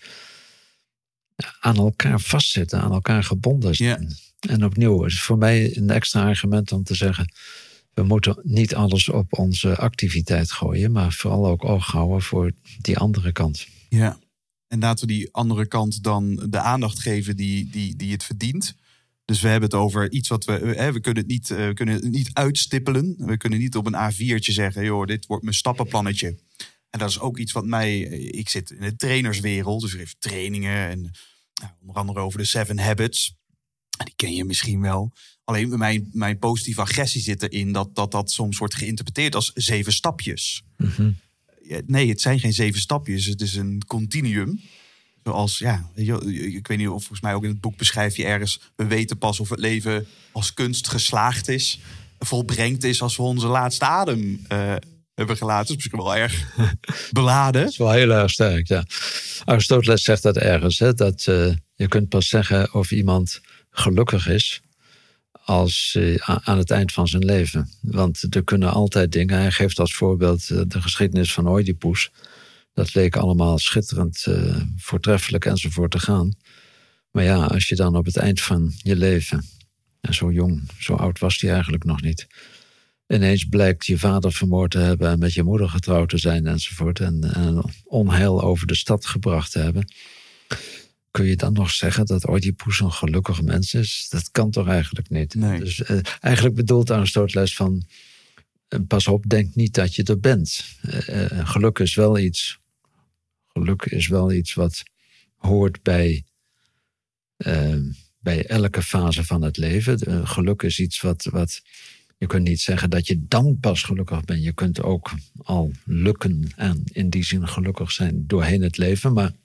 aan elkaar vastzitten, aan elkaar gebonden zijn. Ja. En opnieuw is voor mij een extra argument om te zeggen, we moeten niet alles op onze activiteit gooien, maar vooral ook oog houden voor die andere kant. Ja, en laten we die andere kant dan de aandacht geven die, die, die het verdient. Dus we hebben het over iets wat we... Hè, we kunnen het niet, uh, we kunnen het niet uitstippelen. We kunnen niet op een A viertje zeggen, joh, dit wordt mijn stappenplannetje. En dat is ook iets wat mij... Ik zit in de trainerswereld, dus er heeft trainingen. En nou, onder andere over de Seven Habits. Die ken je misschien wel. Alleen mijn, mijn positieve agressie zit erin dat, dat dat soms wordt geïnterpreteerd als zeven stapjes. Mm-hmm. Nee, het zijn geen zeven stapjes. Het is een continuum. Zoals, ja, ik weet niet of volgens mij ook in het boek beschrijf je ergens... we weten pas of het leven als kunst geslaagd is... volbrengt is als we onze laatste adem uh, hebben gelaten. Dat is misschien wel erg beladen. Dat is wel heel erg sterk, ja. Aristoteles zegt dat ergens, hè, dat uh, je kunt pas zeggen of iemand gelukkig is... als uh, aan het eind van zijn leven. Want er kunnen altijd dingen... Hij geeft als voorbeeld uh, de geschiedenis van Oedipus... Dat leek allemaal schitterend, uh, voortreffelijk enzovoort te gaan. Maar ja, als je dan op het eind van je leven... en zo jong, zo oud was hij eigenlijk nog niet... ineens blijkt je vader vermoord te hebben... en met je moeder getrouwd te zijn enzovoort... en, en onheil over de stad gebracht te hebben... kun je dan nog zeggen dat Oedipus een gelukkig mens is? Dat kan toch eigenlijk niet? Nee. Dus uh, eigenlijk bedoelt Aristoteles van... Uh, pas op, denk niet dat je er bent. Uh, uh, geluk is wel iets... Geluk is wel iets wat hoort bij, uh, bij elke fase van het leven. Uh, geluk is iets wat, wat... Je kunt niet zeggen dat je dan pas gelukkig bent. Je kunt ook al lukken en in die zin gelukkig zijn doorheen het leven. Maar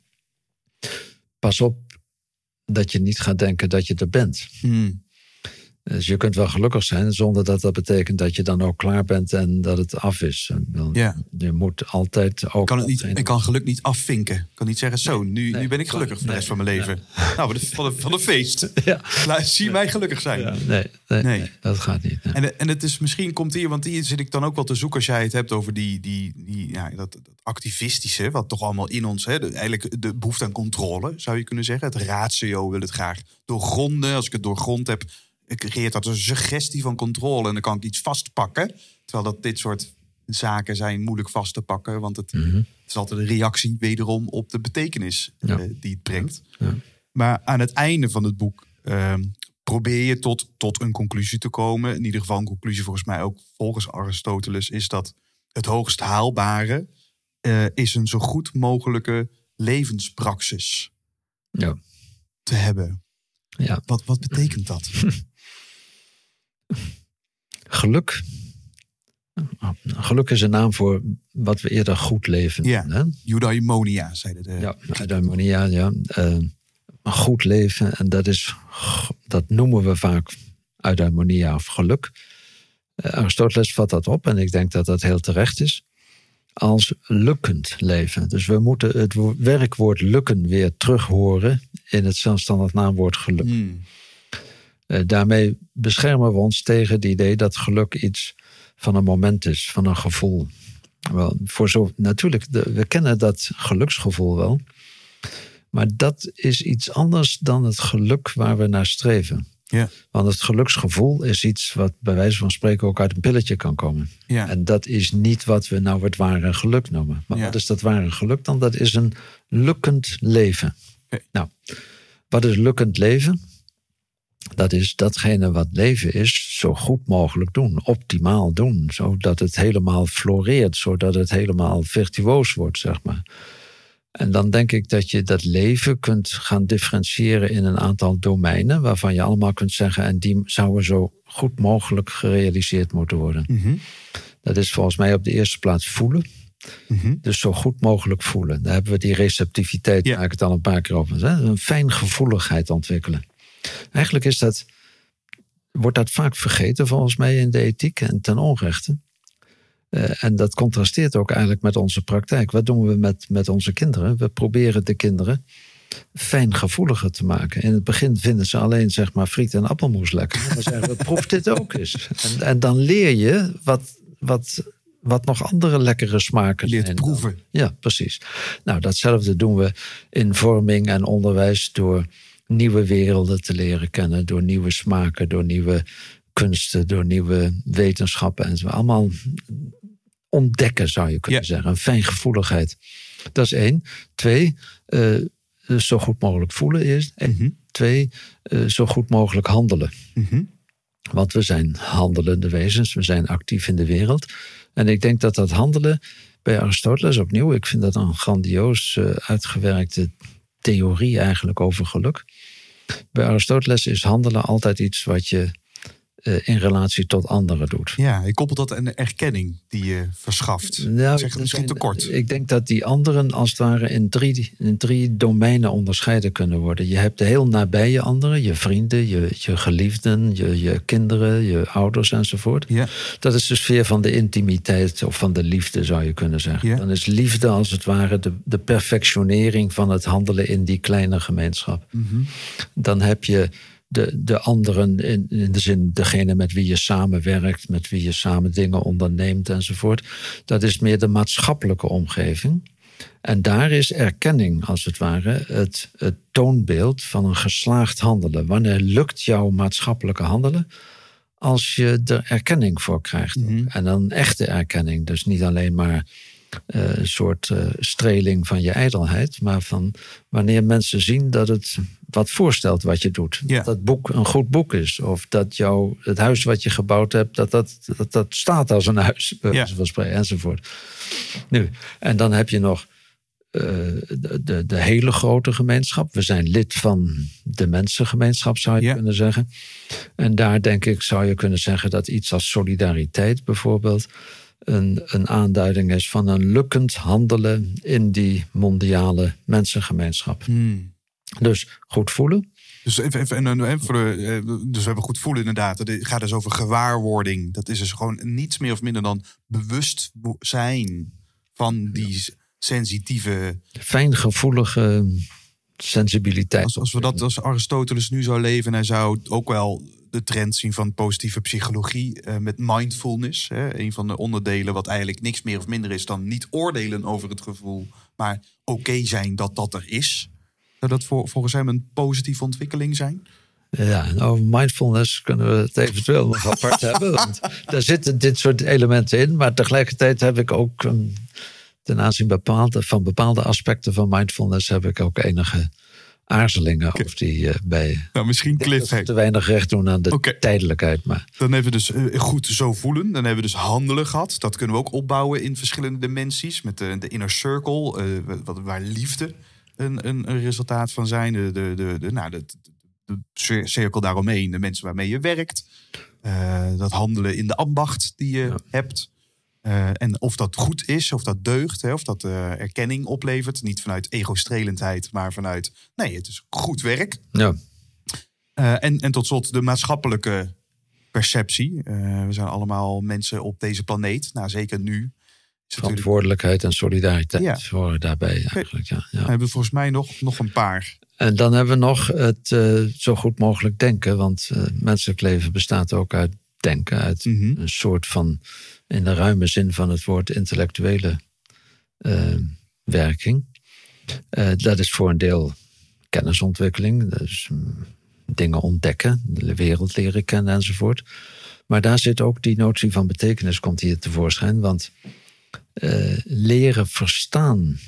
pas op dat je niet gaat denken dat je er bent. Hmm. Dus je kunt wel gelukkig zijn zonder dat dat betekent dat je dan ook klaar bent en dat het af is. Ja. Je moet altijd ook... Kan het niet, ik kan geluk niet afvinken. Ik kan niet zeggen, zo, nu, nee, nu ben ik gelukkig voor de rest nee, van mijn leven. Ja. Nou, van de, van, de, van de feest. Ja. Laat, zie nee. mij gelukkig zijn. Ja, nee, nee, nee. nee, dat gaat niet. Ja. En, en het is misschien komt hier, want hier zit ik dan ook wel te zoeken als jij het hebt over die, die, die, ja, dat, dat activistische, wat toch allemaal in ons, hè, de, eigenlijk de behoefte aan controle, zou je kunnen zeggen. Het ratio wil het graag doorgronden. Als ik het doorgrond heb, creëert dat een suggestie van controle en dan kan ik iets vastpakken. Terwijl dat dit soort zaken zijn moeilijk vast te pakken, want het, mm-hmm. het is altijd een reactie wederom op de betekenis ja. uh, die het brengt. Ja. Maar aan het einde van het boek uh, probeer je tot, tot een conclusie te komen. In ieder geval een conclusie volgens mij ook volgens Aristoteles is dat het hoogst haalbare uh, is een zo goed mogelijke levenspraxis ja. te hebben. Ja. Wat, wat betekent dat? Geluk. Geluk is een naam voor wat we eerder goed leven. Ja, hè? Eudaimonia, zeiden de... Ja, eudaimonia, ja. Uh, een goed leven, en dat is, dat noemen we vaak eudaimonia of geluk. Uh, Aristoteles vat dat op, en ik denk dat dat heel terecht is, als lukkend leven. Dus we moeten het werkwoord lukken weer terug horen in het zelfstandig naamwoord geluk. Hmm. Uh, daarmee beschermen we ons tegen het idee dat geluk iets van een moment is, van een gevoel. Wel, voor zo, natuurlijk, de, we kennen dat geluksgevoel wel. Maar dat is iets anders dan het geluk waar we naar streven. Ja. Want het geluksgevoel is iets wat bij wijze van spreken ook uit een pilletje kan komen. Ja. En dat is niet wat we nou het ware geluk noemen. Maar ja. wat is dat ware geluk dan? Dat is een lukkend leven. Okay. Nou, wat is lukkend leven? Dat is datgene wat leven is, zo goed mogelijk doen. Optimaal doen. Zodat het helemaal floreert. Zodat het helemaal virtuoos wordt, zeg maar. En dan denk ik dat je dat leven kunt gaan differentiëren in een aantal domeinen. Waarvan je allemaal kunt zeggen, en die zouden zo goed mogelijk gerealiseerd moeten worden. Mm-hmm. Dat is volgens mij op de eerste plaats voelen. Mm-hmm. Dus zo goed mogelijk voelen. Daar hebben we die receptiviteit, ja. waar ik het al een paar keer over zei. Een fijngevoeligheid ontwikkelen. Eigenlijk is dat, wordt dat vaak vergeten volgens mij in de ethiek en ten onrechte. Uh, en dat contrasteert ook eigenlijk met onze praktijk. Wat doen we met, met onze kinderen? We proberen de kinderen fijngevoeliger te maken. In het begin vinden ze alleen zeg maar friet en appelmoes lekker. Dan zeggen we, proef dit ook eens. En, en dan leer je wat, wat, wat nog andere lekkere smaken leert zijn. proeven. Dan. Ja, precies. Nou, datzelfde doen we in vorming en onderwijs door nieuwe werelden te leren kennen, door nieuwe smaken, door nieuwe kunsten, door nieuwe wetenschappen en zo. Allemaal ontdekken, zou je kunnen ja. zeggen. Een fijngevoeligheid. Dat is één. Twee, uh, zo goed mogelijk voelen is. Mm-hmm. Twee, uh, zo goed mogelijk handelen. Mm-hmm. Want we zijn handelende wezens, we zijn actief in de wereld. En ik denk dat dat handelen bij Aristoteles opnieuw, ik vind dat een grandioos uh, uitgewerkte theorie eigenlijk over geluk. Bij Aristoteles is handelen altijd iets wat je uh, in relatie tot anderen doet. Ja, je koppelt dat aan de erkenning die je verschaft. Nou, zeg misschien te kort. Ik denk dat die anderen als het ware in drie, in drie domeinen onderscheiden kunnen worden. Je hebt de heel nabije anderen, je vrienden, je, je geliefden, je, je kinderen, je ouders enzovoort. Ja. Dat is de sfeer van de intimiteit of van de liefde, zou je kunnen zeggen. Ja. Dan is liefde als het ware de, de perfectionering van het handelen in die kleine gemeenschap. Mm-hmm. Dan heb je de, de anderen in, in de zin degene met wie je samenwerkt, met wie je samen dingen onderneemt enzovoort. Dat is meer de maatschappelijke omgeving. En daar is erkenning als het ware het, het toonbeeld van een geslaagd handelen. Wanneer lukt jouw maatschappelijke handelen? Als je er erkenning voor krijgt. Mm-hmm. En dan echte erkenning. Dus niet alleen maar uh, een soort uh, streling van je ijdelheid. Maar van wanneer mensen zien dat het wat voorstelt wat je doet. Ja. Dat dat boek een goed boek is. Of dat jouw, het huis wat je gebouwd hebt, dat dat, dat, dat staat als een huis. Ja. Enzovoort. Nu, en dan heb je nog uh, de, de, de hele grote gemeenschap. We zijn lid van de mensengemeenschap, zou je Ja. kunnen zeggen. En daar denk ik, zou je kunnen zeggen dat iets als solidariteit bijvoorbeeld een, een aanduiding is van een lukkend handelen in die mondiale mensengemeenschap. Hmm. Dus goed voelen. Dus, even, even, en, en voor de, dus we hebben goed voelen inderdaad. Het gaat dus over gewaarwording. Dat is dus gewoon niets meer of minder dan bewust zijn van die sensitieve... Fijngevoelige sensibiliteit. Als, als we dat als Aristoteles nu zou leven, hij zou ook wel de trend zien van positieve psychologie uh, met mindfulness. Hè, een van de onderdelen wat eigenlijk niks meer of minder is dan niet oordelen over het gevoel, maar oké zijn dat dat er is. Zou dat voor, volgens hem een positieve ontwikkeling zijn? Ja, en over mindfulness kunnen we het eventueel nog apart hebben. Want daar zitten dit soort elementen in. Maar tegelijkertijd heb ik ook um, ten aanzien bepaalde, van bepaalde aspecten van mindfulness heb ik ook enige aarzelingen okay. Of die uh, bij... Nou, misschien cliffhanger. Te weinig recht doen aan de okay. tijdelijkheid. Maar. Dan hebben we dus uh, goed zo voelen. Dan hebben we dus handelen gehad. Dat kunnen we ook opbouwen in verschillende dimensies. Met de, de inner circle, uh, wat, waar liefde een, een, een resultaat van zijn. De, de, de, de, nou, de, de, de cirkel daaromheen, de mensen waarmee je werkt. Uh, dat handelen in de ambacht die je ja. hebt. Uh, en of dat goed is, of dat deugt, hè, of dat uh, erkenning oplevert. Niet vanuit ego-strelendheid, maar vanuit, nee, het is goed werk. Ja. Uh, en, en tot slot de maatschappelijke perceptie. Uh, we zijn allemaal mensen op deze planeet. Nou, zeker nu. Verantwoordelijkheid en solidariteit ja. horen daarbij eigenlijk. Ja, ja. Dan hebben we volgens mij nog, nog een paar. En dan hebben we nog het uh, zo goed mogelijk denken. Want uh, menselijk leven bestaat ook uit denken. Uit mm-hmm. een soort van, in de ruime zin van het woord, intellectuele uh, werking. Uh, dat is voor een deel kennisontwikkeling. Dus um, dingen ontdekken, de wereld leren kennen enzovoort. Maar daar zit ook die notie van betekenis, komt hier tevoorschijn. Want uh, leren verstaan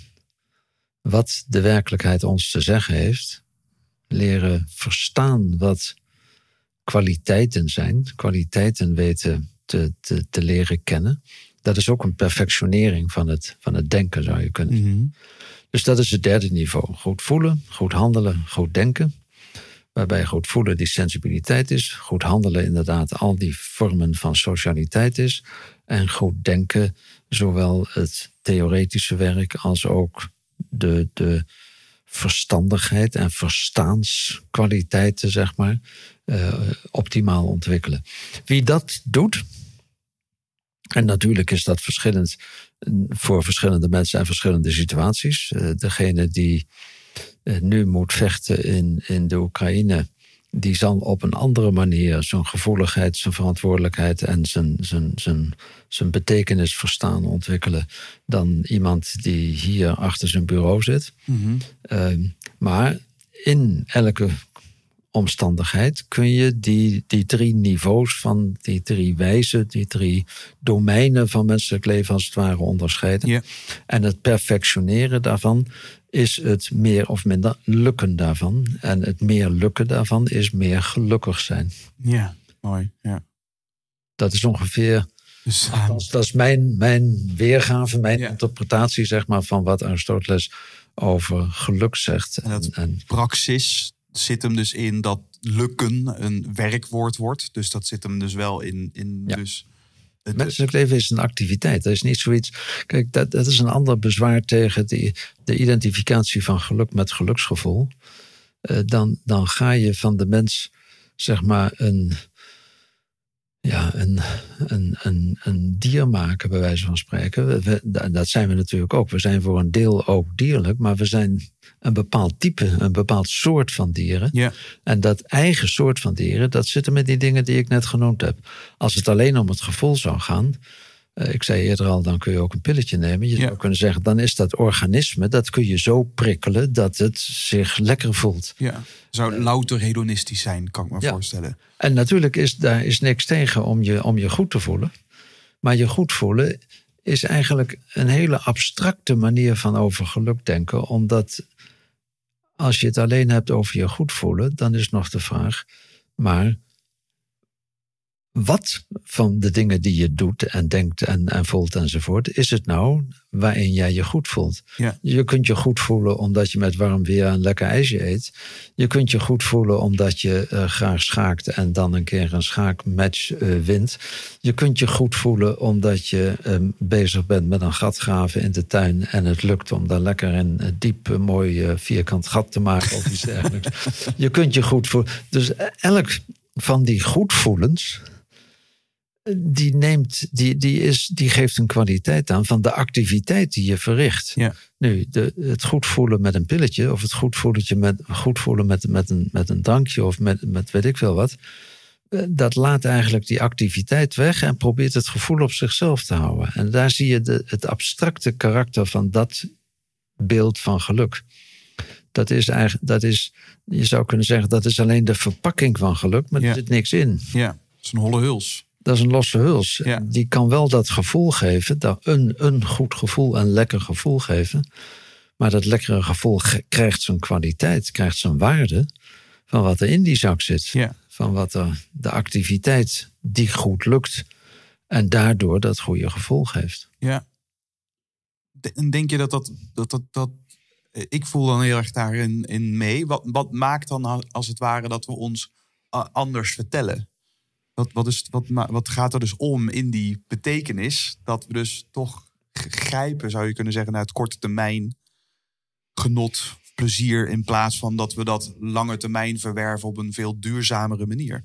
wat de werkelijkheid ons te zeggen heeft. Leren verstaan wat kwaliteiten zijn. Kwaliteiten weten te, te, te leren kennen. Dat is ook een perfectionering van het, van het denken, zou je kunnen zeggen. Mm-hmm. Dus dat is het derde niveau. Goed voelen, goed handelen, goed denken. Waarbij goed voelen die sensibiliteit is. Goed handelen inderdaad al die vormen van socialiteit is. En goed denken, zowel het theoretische werk als ook de, de verstandigheid en verstaanskwaliteiten, zeg maar, uh, optimaal ontwikkelen. Wie dat doet, en natuurlijk is dat verschillend voor verschillende mensen en verschillende situaties. Uh, degene die uh, nu moet vechten in, in de Oekraïne, die zal op een andere manier zijn gevoeligheid, zijn verantwoordelijkheid en zijn, zijn, zijn, zijn betekenis verstaan, ontwikkelen dan iemand die hier achter zijn bureau zit. Mm-hmm. Uh, maar in elke omstandigheid kun je die, die drie niveaus van die drie wijzen, die drie domeinen van menselijk leven als het ware onderscheiden. Yeah. En het perfectioneren daarvan is het meer of minder lukken daarvan. En het meer lukken daarvan is meer gelukkig zijn. Ja, mooi. Ja. Dat is ongeveer, dus, uh, althans, dat is mijn, mijn weergave, mijn yeah. interpretatie, zeg maar, van wat Aristoteles over geluk zegt. En dat en, en, praxis zit hem dus in dat lukken een werkwoord wordt. Dus dat zit hem dus wel in... in Ja. dus het, Menselijk leven is een activiteit. Dat is niet zoiets... Kijk, dat, dat is een ander bezwaar tegen die, de identificatie van geluk met geluksgevoel. Uh, dan, dan ga je van de mens, zeg maar, een... Ja, een, een, een, een dier maken, bij wijze van spreken. We, we, dat zijn we natuurlijk ook. We zijn voor een deel ook dierlijk, maar we zijn een bepaald type, een bepaald soort van dieren. Ja. En dat eigen soort van dieren, dat zit er met die dingen die ik net genoemd heb. Als het alleen om het gevoel zou gaan, uh, ik zei eerder al, dan kun je ook een pilletje nemen. Je Ja. zou kunnen zeggen, dan is dat organisme, dat kun je zo prikkelen dat het zich lekker voelt. ja, zou louter hedonistisch zijn, kan ik me Ja. voorstellen. En natuurlijk is daar is niks tegen om je, om je goed te voelen. Maar je goed voelen is eigenlijk een hele abstracte manier van over geluk denken. Omdat als je het alleen hebt over je goed voelen, dan is nog de vraag, maar wat van de dingen die je doet en denkt en, en voelt enzovoort, is het nou waarin jij je goed voelt? Ja. Je kunt je goed voelen omdat je met warm weer een lekker ijsje eet. Je kunt je goed voelen omdat je uh, graag schaakt en dan een keer een schaakmatch uh, wint. Je kunt je goed voelen omdat je um, bezig bent met een gat graven in de tuin en het lukt om daar lekker een uh, diep, uh, mooi uh, vierkant gat te maken of iets dergelijks. Je kunt je goed voelen. Dus elk van die goedvoelens, Die, neemt, die, die, is, die geeft een kwaliteit aan van de activiteit die je verricht. Ja. Nu, de, het goed voelen met een pilletje, of het goed voelen met, goed voelen met, met, een, met een drankje of met, met weet ik veel wat, dat laat eigenlijk die activiteit weg en probeert het gevoel op zichzelf te houden. En daar zie je de, het abstracte karakter van dat beeld van geluk. Dat is eigenlijk, dat is, je zou kunnen zeggen, dat is alleen de verpakking van geluk, maar Ja. er zit niks in. Ja, dat is een holle huls. Dat is een losse huls. Ja. Die kan wel dat gevoel geven, dat een, een goed gevoel, een lekker gevoel geven. Maar dat lekkere gevoel ge- krijgt zijn kwaliteit, krijgt zijn waarde van wat er in die zak zit. Ja. Van wat er, de activiteit die goed lukt en daardoor dat goede gevoel geeft. Ja. De- En denk je dat dat, dat, dat, dat... Ik voel dan heel erg daarin in mee. Wat, wat maakt dan als het ware dat we ons uh, anders vertellen? Wat, wat, is, wat, ma- wat gaat er dus om in die betekenis? Dat we dus toch g- grijpen, zou je kunnen zeggen, naar het korte termijn genot, plezier, in plaats van dat we dat lange termijn verwerven op een veel duurzamere manier.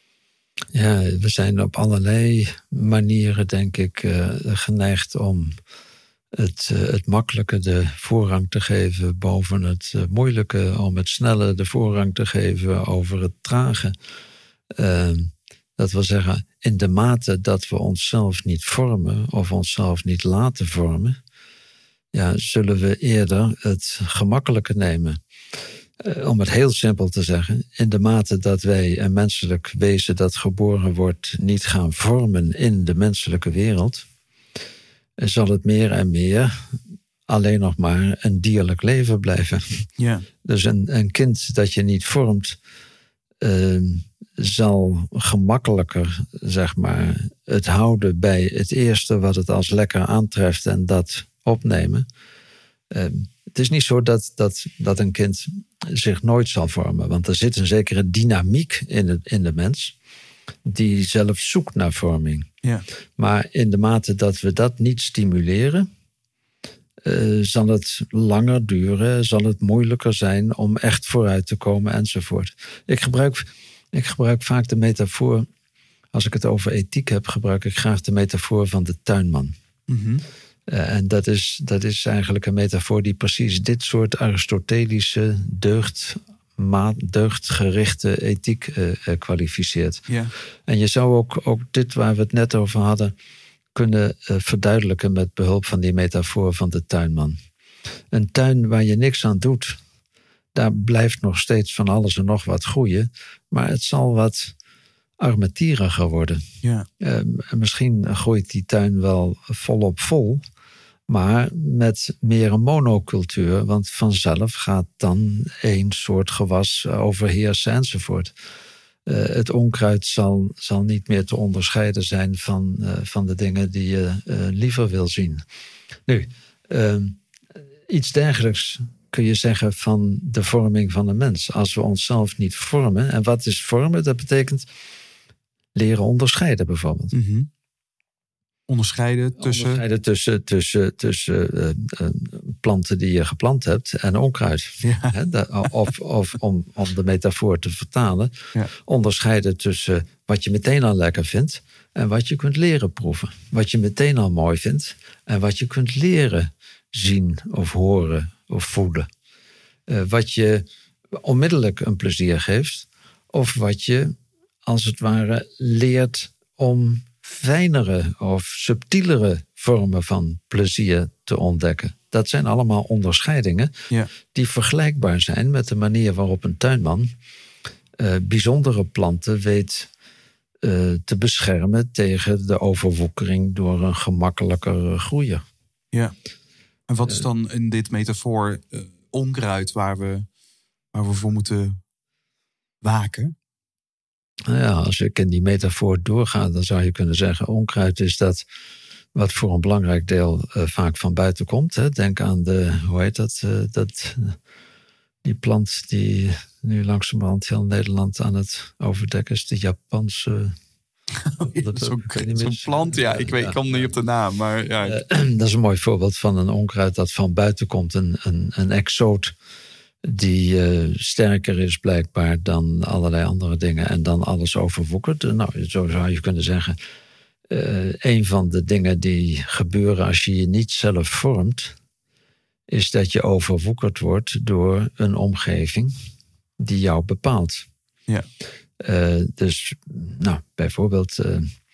Ja, we zijn op allerlei manieren, denk ik, uh, geneigd om het, uh, het makkelijke de voorrang te geven boven het uh, moeilijke, om het snelle de voorrang te geven over het trage. Uh, dat wil zeggen, in de mate dat we onszelf niet vormen of onszelf niet laten vormen, ja, zullen we eerder het gemakkelijke nemen. Uh, om het heel simpel te zeggen, in de mate dat wij een menselijk wezen dat geboren wordt niet gaan vormen in de menselijke wereld, zal het meer en meer alleen nog maar een dierlijk leven blijven. Ja. Dus een, een kind dat je niet vormt, uh, zal gemakkelijker, zeg maar, het houden bij het eerste wat het als lekker aantreft en dat opnemen. Uh, het is niet zo dat, dat, dat een kind zich nooit zal vormen, want er zit een zekere dynamiek in, het, in de mens die zelf zoekt naar vorming. Ja. Maar in de mate dat we dat niet stimuleren, uh, zal het langer duren, zal het moeilijker zijn om echt vooruit te komen enzovoort. Ik gebruik, ik gebruik vaak de metafoor, als ik het over ethiek heb, gebruik ik graag de metafoor van de tuinman. Mm-hmm. Uh, en dat is, dat is eigenlijk een metafoor die precies dit soort Aristotelische deugd, ma- deugdgerichte ethiek uh, uh, kwalificeert. Ja. En je zou ook, ook dit waar we het net over hadden kunnen uh, verduidelijken met behulp van die metafoor van de tuinman. Een tuin waar je niks aan doet, daar blijft nog steeds van alles en nog wat groeien, maar het zal wat armetieriger worden. Ja. Uh, misschien groeit die tuin wel volop vol, maar met meer een monocultuur, want vanzelf gaat dan één soort gewas overheersen enzovoort. Uh, het onkruid zal, zal niet meer te onderscheiden zijn van, uh, van de dingen die je uh, liever wil zien. Nu, uh, iets dergelijks kun je zeggen, van de vorming van een mens. Als we onszelf niet vormen. En wat is vormen? Dat betekent leren onderscheiden bijvoorbeeld. Mm-hmm. Onderscheiden tussen... Onderscheiden tussen, tussen, tussen uh, uh, planten die je geplant hebt en onkruid. Ja. He, dat, of of om, om de metafoor te vertalen. Ja. Onderscheiden tussen wat je meteen al lekker vindt en wat je kunt leren proeven. Wat je meteen al mooi vindt en wat je kunt leren zien of horen of voelen. Uh, wat je onmiddellijk een plezier geeft of wat je als het ware leert om fijnere of subtielere vormen van plezier te ontdekken. Dat zijn allemaal onderscheidingen ja. die vergelijkbaar zijn met de manier waarop een tuinman uh, bijzondere planten weet uh, te beschermen tegen de overwoekering door een gemakkelijker groeier. Ja. En wat is dan in dit metafoor uh, onkruid waar we, waar we voor moeten waken? Nou ja, als ik in die metafoor doorga, dan zou je kunnen zeggen, onkruid is dat wat voor een belangrijk deel uh, vaak van buiten komt. Hè. Denk aan de, hoe heet dat, uh, dat uh, die plant die nu langzamerhand heel Nederland aan het overdekken is, de Japanse... Oh, ja, dat is zo'n, zo'n plant, ja. Ik weet, ik kom niet op de naam, maar ja. Uh, dat is een mooi voorbeeld van een onkruid dat van buiten komt, een, een, een exoot die uh, sterker is blijkbaar dan allerlei andere dingen en dan alles overwoekert. Nou, zo zou je kunnen zeggen, uh, een van de dingen die gebeuren als je je niet zelf vormt, is dat je overwoekerd wordt door een omgeving die jou bepaalt. Ja. Uh, dus, nou, bijvoorbeeld uh,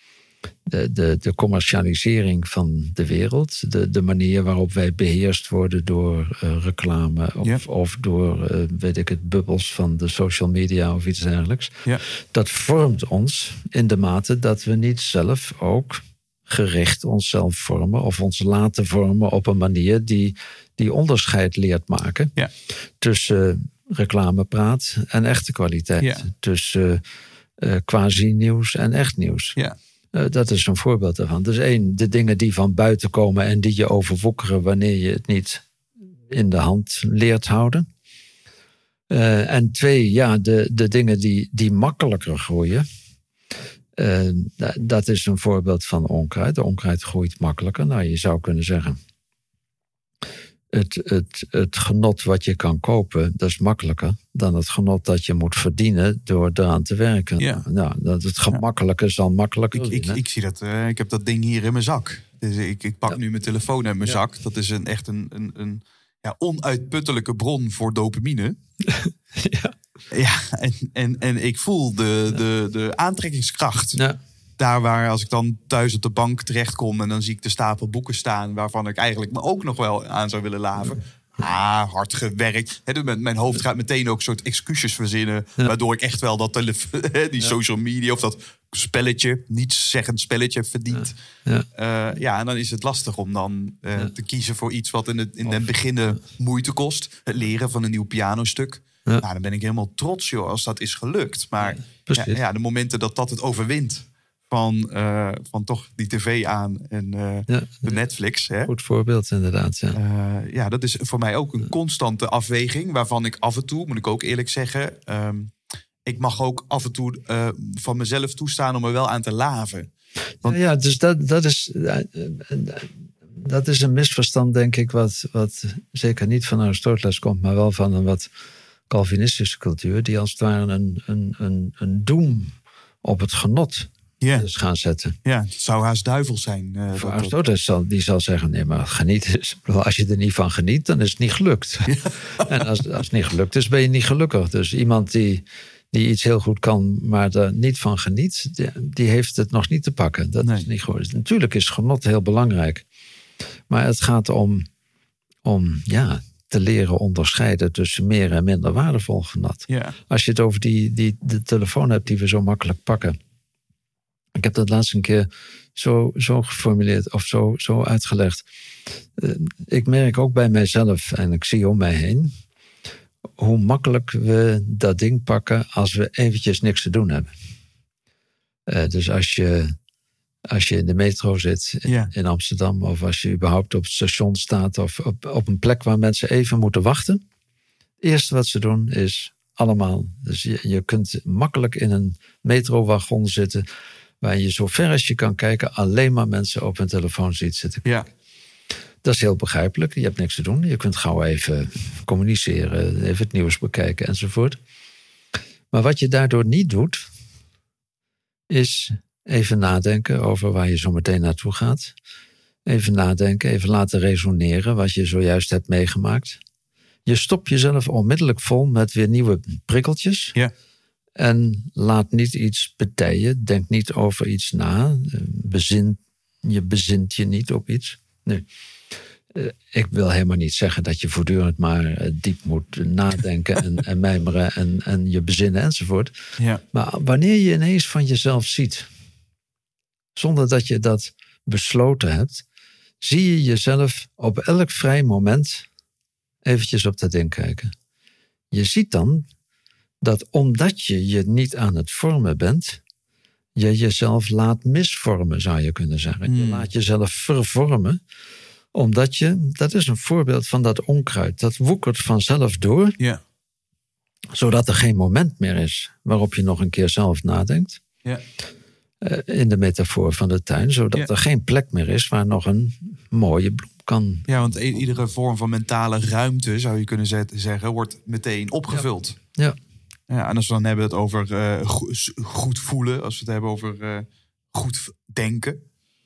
de, de, de commercialisering van de wereld. De, de manier waarop wij beheerst worden door uh, reclame. Of, ja. of door, uh, weet ik het, bubbels van de social media of iets dergelijks. Ja. Dat vormt ons in de mate dat we niet zelf ook gericht onszelf vormen. Of ons laten vormen op een manier die, die onderscheid leert maken. Ja. Tussen... Uh, reclamepraat en echte kwaliteit. Ja. Tussen uh, uh, quasi-nieuws en echt nieuws. Ja. Uh, dat is een voorbeeld daarvan. Dus één, de dingen die van buiten komen en die je overwoekeren wanneer je het niet in de hand leert houden. Uh, en twee, ja, de, de dingen die, die makkelijker groeien. Uh, dat is een voorbeeld van onkruid. De onkruid groeit makkelijker. Nou, je zou kunnen zeggen, Het, het, het genot wat je kan kopen, dat is makkelijker dan het genot dat je moet verdienen door eraan te werken. Ja. Nou, dat het gemakkelijke zal makkelijker ik, ik, ik zie dat, uh, ik heb dat ding hier in mijn zak. Dus ik, ik pak ja. nu mijn telefoon uit mijn ja. zak. Dat is een, echt een, een, een ja, onuitputtelijke bron voor dopamine. ja. Ja, en, en, en ik voel de, ja. de, de aantrekkingskracht. Ja. Daar waar als ik dan thuis op de bank terechtkom en dan zie ik de stapel boeken staan waarvan ik eigenlijk me ook nog wel aan zou willen laven. Ah, hard gewerkt. He, mijn hoofd gaat meteen ook soort excuses verzinnen. Ja. Waardoor ik echt wel dat telefo- die ja. social media of dat spelletje, niets zeggend spelletje verdient. Ja. Ja. Uh, ja, en dan is het lastig om dan uh, ja. te kiezen voor iets wat in het, in het begin ja. moeite kost. Het leren van een nieuw pianostuk. Ja. Nou, dan ben ik helemaal trots, joh, als dat is gelukt. Maar ja, ja, ja, de momenten dat dat het overwint. Van, uh, van toch die tv aan en uh, ja, de Netflix. Hè? Goed voorbeeld inderdaad. Ja. Uh, ja, dat is voor mij ook een constante afweging. Waarvan ik af en toe, moet ik ook eerlijk zeggen. Um, ik mag ook af en toe uh, van mezelf toestaan om er wel aan te laven. Want... Ja, ja, dus dat, dat, is, dat is een misverstand, denk ik. Wat, wat zeker niet van Aristoteles komt, maar wel van een wat Calvinistische cultuur. Die als het ware een, een, een, een doem op het genot. Ja. Dus gaan zetten. Ja, het zou haast duivel zijn. Uh, Voor Aristoteles zal, die zal zeggen, nee, maar genieten is, als je er niet van geniet, dan is het niet gelukt. Ja. En als, als het niet gelukt is, ben je niet gelukkig. Dus iemand die, die iets heel goed kan, maar er niet van geniet, die, die heeft het nog niet te pakken. Dat nee. is niet goed. Natuurlijk is genot heel belangrijk. Maar het gaat om, om ja, te leren onderscheiden tussen meer en minder waardevol genot. Ja. Als je het over die, die de telefoon hebt die we zo makkelijk pakken. Ik heb dat laatst een keer zo, zo geformuleerd of zo, zo uitgelegd. Uh, ik merk ook bij mijzelf en ik zie om mij heen hoe makkelijk we dat ding pakken als we eventjes niks te doen hebben. Uh, dus als je, Als je in de metro zit in, Ja. in Amsterdam, of als je überhaupt op het station staat, of op, op een plek waar mensen even moeten wachten. Het eerste wat ze doen is allemaal. Dus je, je kunt makkelijk in een metrowagon zitten, waar je zo ver als je kan kijken alleen maar mensen op hun telefoon ziet zitten. Ja. Dat is heel begrijpelijk. Je hebt niks te doen. Je kunt gauw even communiceren, even het nieuws bekijken enzovoort. Maar wat je daardoor niet doet, is even nadenken over waar je zo meteen naartoe gaat. Even nadenken, even laten resoneren wat je zojuist hebt meegemaakt. Je stopt jezelf onmiddellijk vol met weer nieuwe prikkeltjes. Ja. En laat niet iets bedijen. Denk niet over iets na. Bezin, je bezint je niet op iets. Nee. Ik wil helemaal niet zeggen dat je voortdurend maar diep moet nadenken en, en mijmeren en, en je bezinnen enzovoort. Ja. Maar wanneer je ineens van jezelf ziet, zonder dat je dat besloten hebt, zie je jezelf op elk vrij moment eventjes op dat ding kijken. Je ziet dan dat omdat je je niet aan het vormen bent, je jezelf laat misvormen, zou je kunnen zeggen. Je Hmm. laat jezelf vervormen, omdat je, dat is een voorbeeld van dat onkruid, dat woekert vanzelf door, Ja. zodat er geen moment meer is waarop je nog een keer zelf nadenkt. Ja. Uh, in de metafoor van de tuin, zodat Ja. er geen plek meer is waar nog een mooie bloem kan. Ja, want i- iedere vorm van mentale ruimte, zou je kunnen zet- zeggen, wordt meteen opgevuld. Ja, Ja, en als we dan hebben het over eh, go- s- goed voelen, als we het hebben over eh, goed v- denken,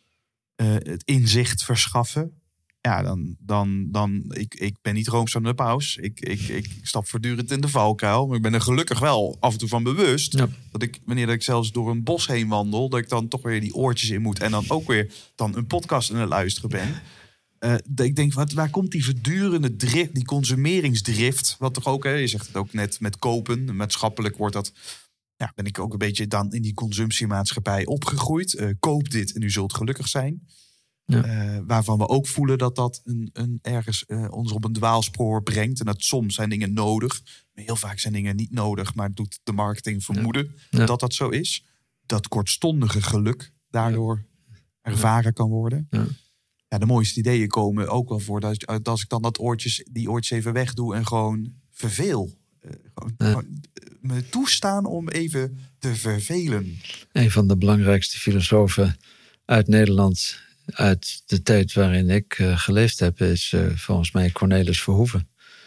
eh, het inzicht verschaffen. Ja, dan, dan, dan ik, ik ben niet rooms aan de paus. Ik, ik, ik stap voortdurend in de valkuil. Maar ik ben er gelukkig wel af en toe van bewust. Ja. Dat ik, wanneer dat ik zelfs door een bos heen wandel, dat ik dan toch weer die oortjes in moet. En dan ook weer dan een podcast aan het luisteren ben. Uh, dat ik denk, wat, waar komt die verdurende drift, die consumeringsdrift? Wat toch ook, hè, je zegt het ook net met kopen. Maatschappelijk wordt dat, ja, ben ik ook een beetje dan in die consumptiemaatschappij opgegroeid. Uh, koop dit en u zult gelukkig zijn. Ja. Uh, waarvan we ook voelen dat dat een, een ergens uh, ons op een dwaalspoor brengt. En dat soms zijn dingen nodig. Maar heel vaak zijn dingen niet nodig. Maar doet de marketing vermoeden Ja. Ja. dat dat zo is. Dat kortstondige geluk daardoor ervaren kan worden. Ja. Ja, de mooiste ideeën komen ook wel voor. Dat als, als ik dan dat oortjes, die oortjes even wegdoe en gewoon verveel. Uh, gewoon, Ja. gewoon, uh, me toestaan om even te vervelen. Een van de belangrijkste filosofen uit Nederland, uit de tijd waarin ik uh, geleefd heb, is uh, volgens mij Cornelis Verhoeven.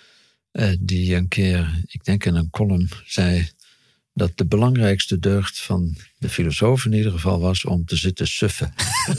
Uh, die een keer, ik denk in een column, zei dat de belangrijkste deugd van de filosoof in ieder geval was om te zitten suffen.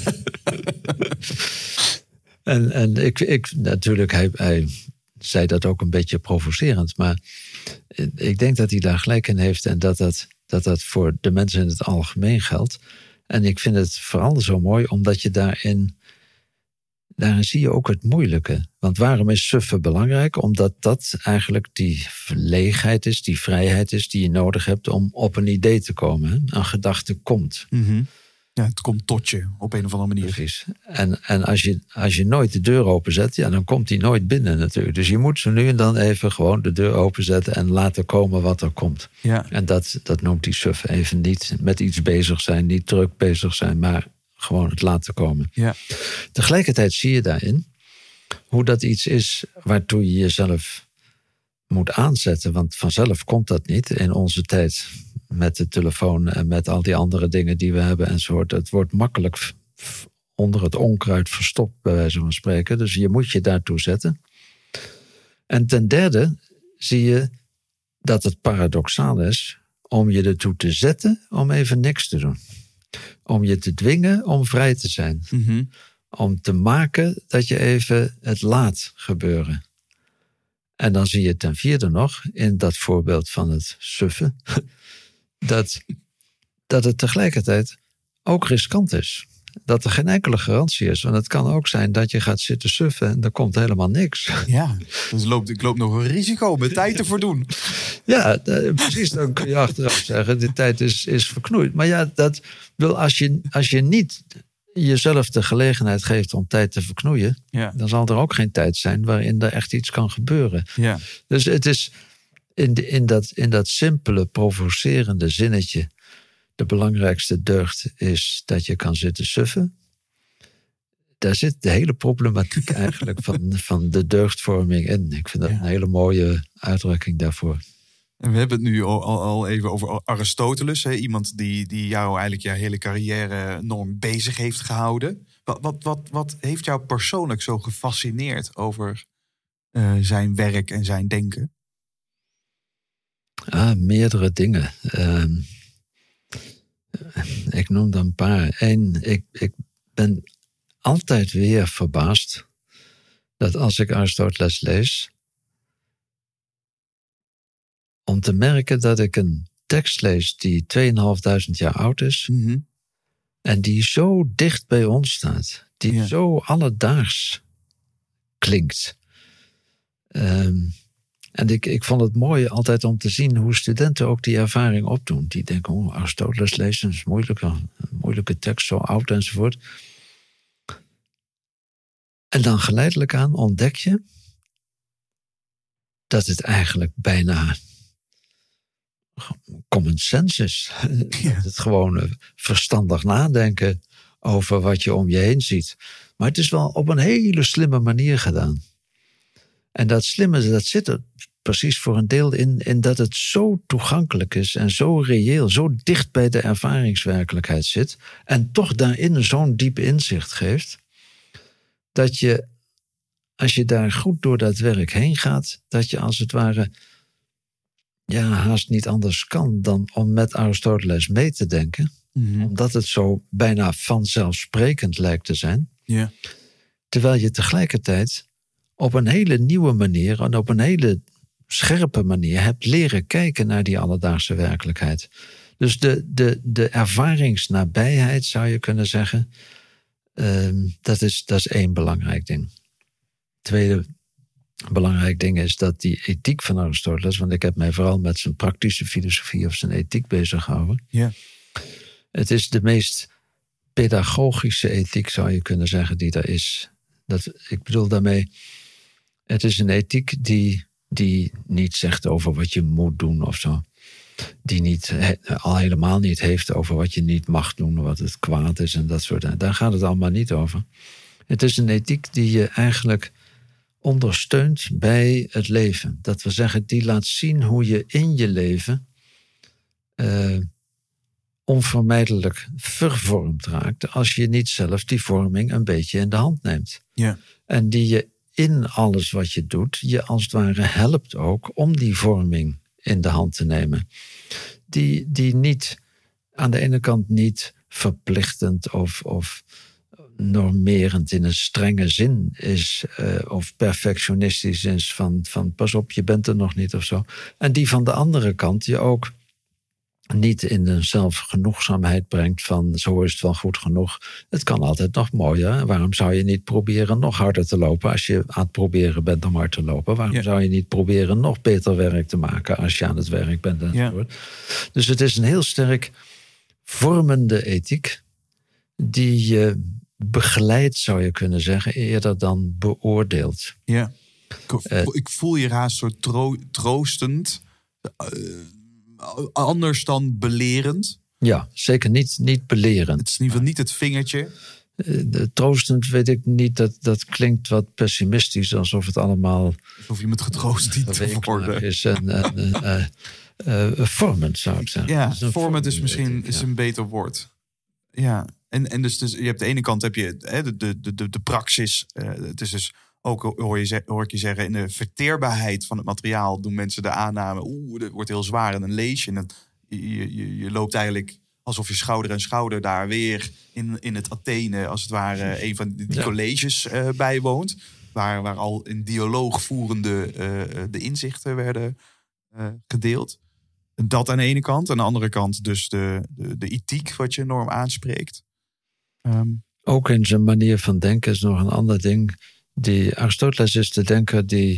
en en ik, ik natuurlijk, hij, hij zei dat ook een beetje provocerend, maar ik denk dat hij daar gelijk in heeft en dat dat, dat, dat voor de mensen in het algemeen geldt. En ik vind het vooral zo mooi, omdat je daarin, daarin zie je ook het moeilijke. Want waarom is suffen belangrijk? Omdat dat eigenlijk die leegheid is, die vrijheid is die je nodig hebt om op een idee te komen. Hè? Een gedachte komt. Mm-hmm. Ja, het komt tot je op een of andere manier. Precies. En, en als, je, als je nooit de deur openzet, ja, dan komt die nooit binnen natuurlijk. Dus je moet zo nu en dan even gewoon de deur openzetten en laten komen wat er komt. Ja. En dat, dat noemt die suf even niet met iets bezig zijn, niet druk bezig zijn, maar gewoon het laten komen. Ja. Tegelijkertijd zie je daarin hoe dat iets is waartoe je jezelf moet aanzetten. Want vanzelf komt dat niet in onze tijd met de telefoon en met al die andere dingen die we hebben enzovoort. Het wordt makkelijk onder het onkruid verstopt, bij wijze van spreken. Dus je moet je daartoe zetten. En ten derde zie je dat het paradoxaal is om je ertoe te zetten om even niks te doen. Om je te dwingen om vrij te zijn. Mm-hmm. Om te maken dat je even het laat gebeuren. En dan zie je ten vierde nog, in dat voorbeeld van het suffen, dat, dat het tegelijkertijd ook riskant is. Dat er geen enkele garantie is. Want het kan ook zijn dat je gaat zitten suffen en er komt helemaal niks. Ja, dus loopt, ik loop nog een risico met tijd te verdoen. Ja, precies. Dan kun je achteraf zeggen, de tijd is, is verknoeid. Maar ja, dat wil als je, als je niet jezelf de gelegenheid geeft om tijd te verknoeien, Ja. dan zal er ook geen tijd zijn waarin er echt iets kan gebeuren. Ja. Dus het is in, de, in, dat, in dat simpele, provocerende zinnetje de belangrijkste deugd is dat je kan zitten suffen. Daar zit de hele problematiek eigenlijk van, van de deugdvorming in. Ik vind dat ja. een hele mooie uitdrukking daarvoor. En we hebben het nu al, al even over Aristoteles. Hè? Iemand die, die jou eigenlijk je hele carrière enorm bezig heeft gehouden. Wat, wat, wat, wat heeft jou persoonlijk zo gefascineerd over uh, zijn werk en zijn denken? Ah, meerdere dingen. Uh, ik noem er een paar. Eén, ik, ik ben altijd weer verbaasd dat als ik Aristoteles lees, om te merken dat ik een tekst lees die tweeënhalfduizend jaar oud is, mm-hmm. en die zo dicht bij ons staat, die ja. zo alledaags klinkt. Um, en ik, ik vond het mooi altijd om te zien hoe studenten ook die ervaring opdoen. Die denken, oh, Aristoteles lezen is moeilijk, een moeilijke tekst, zo oud enzovoort. En dan geleidelijk aan ontdek je dat het eigenlijk bijna common sense is. Ja. Het gewoon verstandig nadenken over wat je om je heen ziet. Maar het is wel op een hele slimme manier gedaan. En dat slimme, dat zit er precies voor een deel in, in dat het zo toegankelijk is en zo reëel, zo dicht bij de ervaringswerkelijkheid zit en toch daarin zo'n diep inzicht geeft, dat je, als je daar goed door dat werk heen gaat, dat je als het ware ja, haast niet anders kan dan om met Aristoteles mee te denken. Mm-hmm. Omdat het zo bijna vanzelfsprekend lijkt te zijn. Yeah. Terwijl je tegelijkertijd op een hele nieuwe manier en op een hele scherpe manier hebt leren kijken naar die alledaagse werkelijkheid. Dus de, de, de ervaringsnabijheid, zou je kunnen zeggen, um, dat is, dat is één belangrijk ding. Tweede belangrijk ding is dat die ethiek van Aristoteles, want ik heb mij vooral met zijn praktische filosofie of zijn ethiek bezig gehouden. Ja. Het is de meest pedagogische ethiek, zou je kunnen zeggen, die er is. Dat, ik bedoel daarmee, het is een ethiek die, die niet zegt over wat je moet doen of zo. Die niet, he, al helemaal niet heeft over wat je niet mag doen, wat het kwaad is en dat soort dingen. Daar gaat het allemaal niet over. Het is een ethiek die je eigenlijk ondersteunt bij het leven. Dat we zeggen, die laat zien hoe je in je leven uh, onvermijdelijk vervormd raakt als je niet zelf die vorming een beetje in de hand neemt. Ja. En die je in alles wat je doet, je als het ware helpt ook om die vorming in de hand te nemen. Die, die niet, aan de ene kant niet verplichtend of, of normerend in een strenge zin is, uh, of perfectionistisch is van, van pas op, je bent er nog niet of zo. En die van de andere kant je ook niet in een zelfgenoegzaamheid brengt van zo is het wel goed genoeg. Het kan altijd nog mooier. Waarom zou je niet proberen nog harder te lopen als je aan het proberen bent om hard te lopen? Waarom ja. zou je niet proberen nog beter werk te maken als je aan het werk bent? Enzovoort. Ja. Dus het is een heel sterk vormende ethiek die je begeleidt, zou je kunnen zeggen, eerder dan beoordeelt. Ja, ik, uh, ik voel je haast soort tro- troostend, uh, anders dan belerend. Ja, zeker niet, niet belerend. Het is in ieder geval niet het vingertje. Uh, troostend weet ik niet, dat, dat klinkt wat pessimistisch, alsof het allemaal alsof je met getroost dient te worden. Is en, en, uh, uh, uh, vormend, zou ik zeggen. Ja, vormend is misschien ik, is ja. een beter woord. Ja. En, en dus, dus je hebt de ene kant heb je hè, de, de, de, de praxis. Uh, het is dus ook, hoor, je, hoor ik je zeggen, in de verteerbaarheid van het materiaal doen mensen de aanname. Oeh, dat wordt heel zwaar en dan lees je. En dan, je, je, je loopt eigenlijk alsof je schouder aan schouder daar weer in, in het Athene, als het ware, een van die ja. colleges uh, bijwoont. Waar, waar al in dialoog voerende uh, de inzichten werden uh, gedeeld. Dat aan de ene kant. Aan de andere kant dus de, de, de ethiek wat je enorm aanspreekt. Um. Ook in zijn manier van denken is nog een ander ding. Die Aristoteles is de denker die,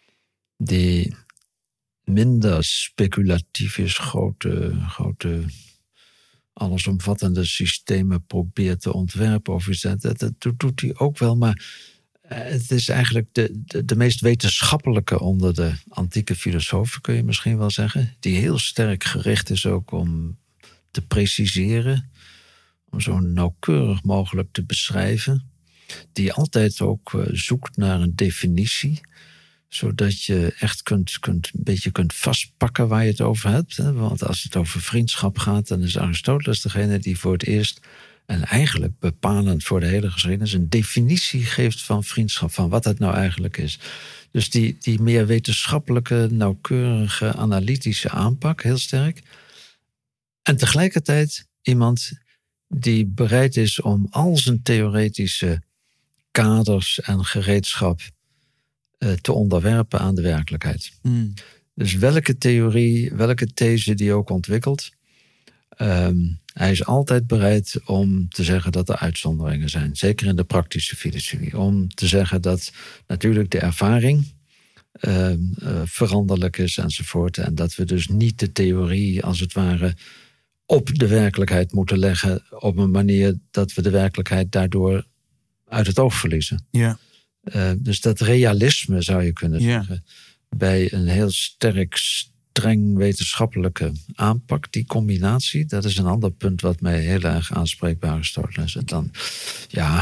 die minder speculatief is, grote, grote allesomvattende systemen probeert te ontwerpen. Of iets. Dat, dat, dat doet hij ook wel, maar het is eigenlijk de, de, de meest wetenschappelijke onder de antieke filosofen, kun je misschien wel zeggen. Die heel sterk gericht is ook om te preciseren, om zo nauwkeurig mogelijk te beschrijven, die altijd ook uh, zoekt naar een definitie, zodat je echt kunt, kunt, een beetje kunt vastpakken waar je het over hebt. Hè? Want als het over vriendschap gaat, dan is Aristoteles degene die voor het eerst, en eigenlijk bepalend voor de hele geschiedenis, een definitie geeft van vriendschap, van wat het nou eigenlijk is. Dus die, die meer wetenschappelijke, nauwkeurige, analytische aanpak, heel sterk. En tegelijkertijd iemand die bereid is om al zijn theoretische kaders en gereedschap uh, te onderwerpen aan de werkelijkheid. Mm. Dus welke theorie, welke these die ook ontwikkelt, um, hij is altijd bereid om te zeggen dat er uitzonderingen zijn. Zeker in de praktische filosofie. Om te zeggen dat natuurlijk de ervaring uh, uh, veranderlijk is enzovoort. En dat we dus niet de theorie als het ware op de werkelijkheid moeten leggen op een manier dat we de werkelijkheid daardoor uit het oog verliezen. Ja. Uh, dus dat realisme zou je kunnen ja. zeggen bij een heel sterk, streng wetenschappelijke aanpak, die combinatie, dat is een ander punt wat mij heel erg aanspreekt bij Aristoteles. En dan, ja,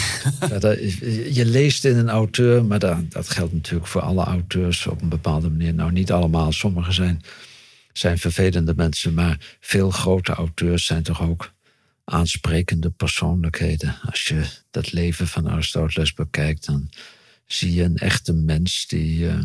je leest in een auteur, maar dat, dat geldt natuurlijk voor alle auteurs op een bepaalde manier. Nou, niet allemaal, sommigen zijn, zijn vervelende mensen, maar veel grote auteurs zijn toch ook aansprekende persoonlijkheden. Als je dat leven van Aristoteles bekijkt, dan zie je een echte mens die, uh,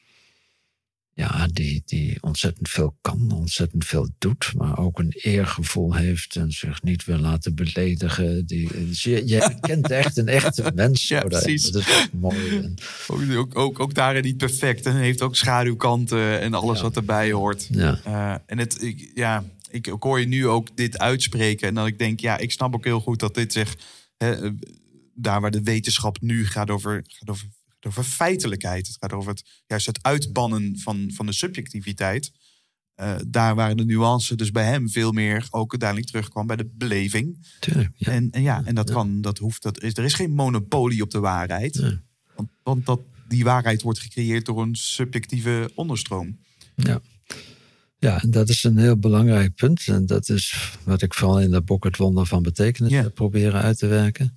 ja, die, die ontzettend veel kan, ontzettend veel doet, maar ook een eergevoel heeft en zich niet wil laten beledigen. Die, dus je, je kent echt een echte mens. Ja, precies. Dat is mooi. En, ook, ook, ook daarin niet perfect. En heeft ook schaduwkanten en alles ja. wat erbij hoort. Ja. Uh, en het, ik, ja... Ik, ik hoor je nu ook dit uitspreken. En dan ik denk, ja, ik snap ook heel goed dat dit zich... Hè, daar waar de wetenschap nu gaat over, gaat over, gaat over feitelijkheid. Het gaat over het, juist het uitbannen van, van de subjectiviteit. Uh, daar waar de nuance dus bij hem veel meer ook uiteindelijk terugkwam bij de beleving. Tuurlijk, ja. En, en ja, en dat ja. kan, dat hoeft, dat is, er is geen monopolie op de waarheid. Ja. Want, want dat, die waarheid wordt gecreëerd door een subjectieve onderstroom. Ja. Ja, en dat is een heel belangrijk punt. En dat is wat ik vooral in het boek Het Wonder van Betekenis ja. proberen uit te werken.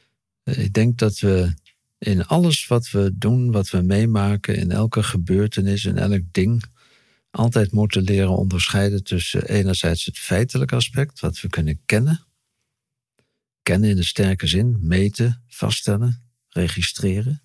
Ik denk dat we in alles wat we doen, wat we meemaken, in elke gebeurtenis, in elk ding, altijd moeten leren onderscheiden tussen enerzijds het feitelijke aspect, wat we kunnen kennen. Kennen in de sterke zin, meten, vaststellen, registreren.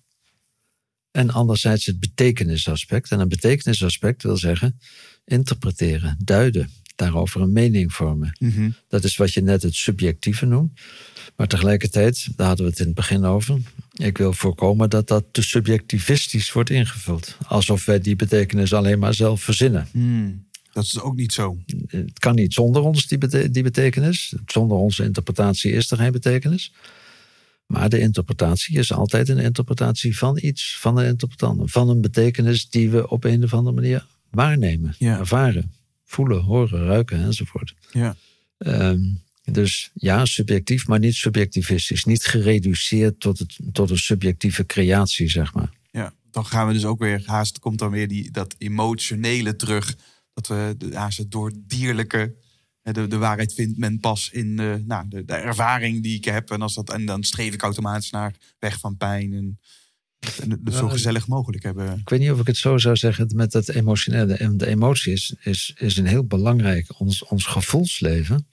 En anderzijds het betekenisaspect. En een betekenisaspect wil zeggen interpreteren, duiden, daarover een mening vormen. Mm-hmm. Dat is wat je net het subjectieve noemt. Maar tegelijkertijd, daar hadden we het in het begin over, ik wil voorkomen dat dat te subjectivistisch wordt ingevuld. Alsof wij die betekenis alleen maar zelf verzinnen. Mm, dat is ook niet zo. Het kan niet zonder ons, die, bete- die betekenis. Zonder onze interpretatie is er geen betekenis. Maar de interpretatie is altijd een interpretatie van iets, van een interpretant, van een betekenis die we op een of andere manier waarnemen, ja. ervaren, voelen, horen, ruiken enzovoort. Ja. Um, dus ja, subjectief, maar niet subjectivistisch. Niet gereduceerd tot, het, tot een subjectieve creatie, zeg maar. Ja, dan gaan we dus ook weer, haast komt dan weer die, dat emotionele terug. Dat we haast het door dierlijke... De, de waarheid vindt men pas in de, nou, de, de ervaring die ik heb. En, als dat, en dan streef ik automatisch naar weg van pijn. En, en het zo gezellig mogelijk hebben. Ik weet niet of ik het zo zou zeggen met dat emotionele. De emotie is, is, is een heel belangrijk... Ons, ons gevoelsleven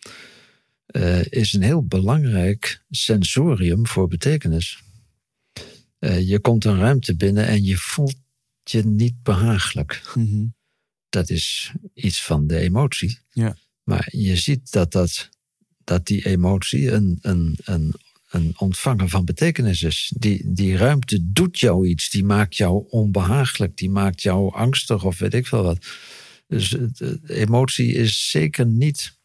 uh, is een heel belangrijk sensorium voor betekenis. Uh, je komt een ruimte binnen en je voelt je niet behagelijk. Mm-hmm. Dat is iets van de emotie. Ja. Maar je ziet dat, dat, dat die emotie een, een, een, een ontvanger van betekenis is. Die, die ruimte doet jou iets. Die maakt jou onbehagelijk. Die maakt jou angstig of weet ik veel wat. Dus de emotie is zeker niet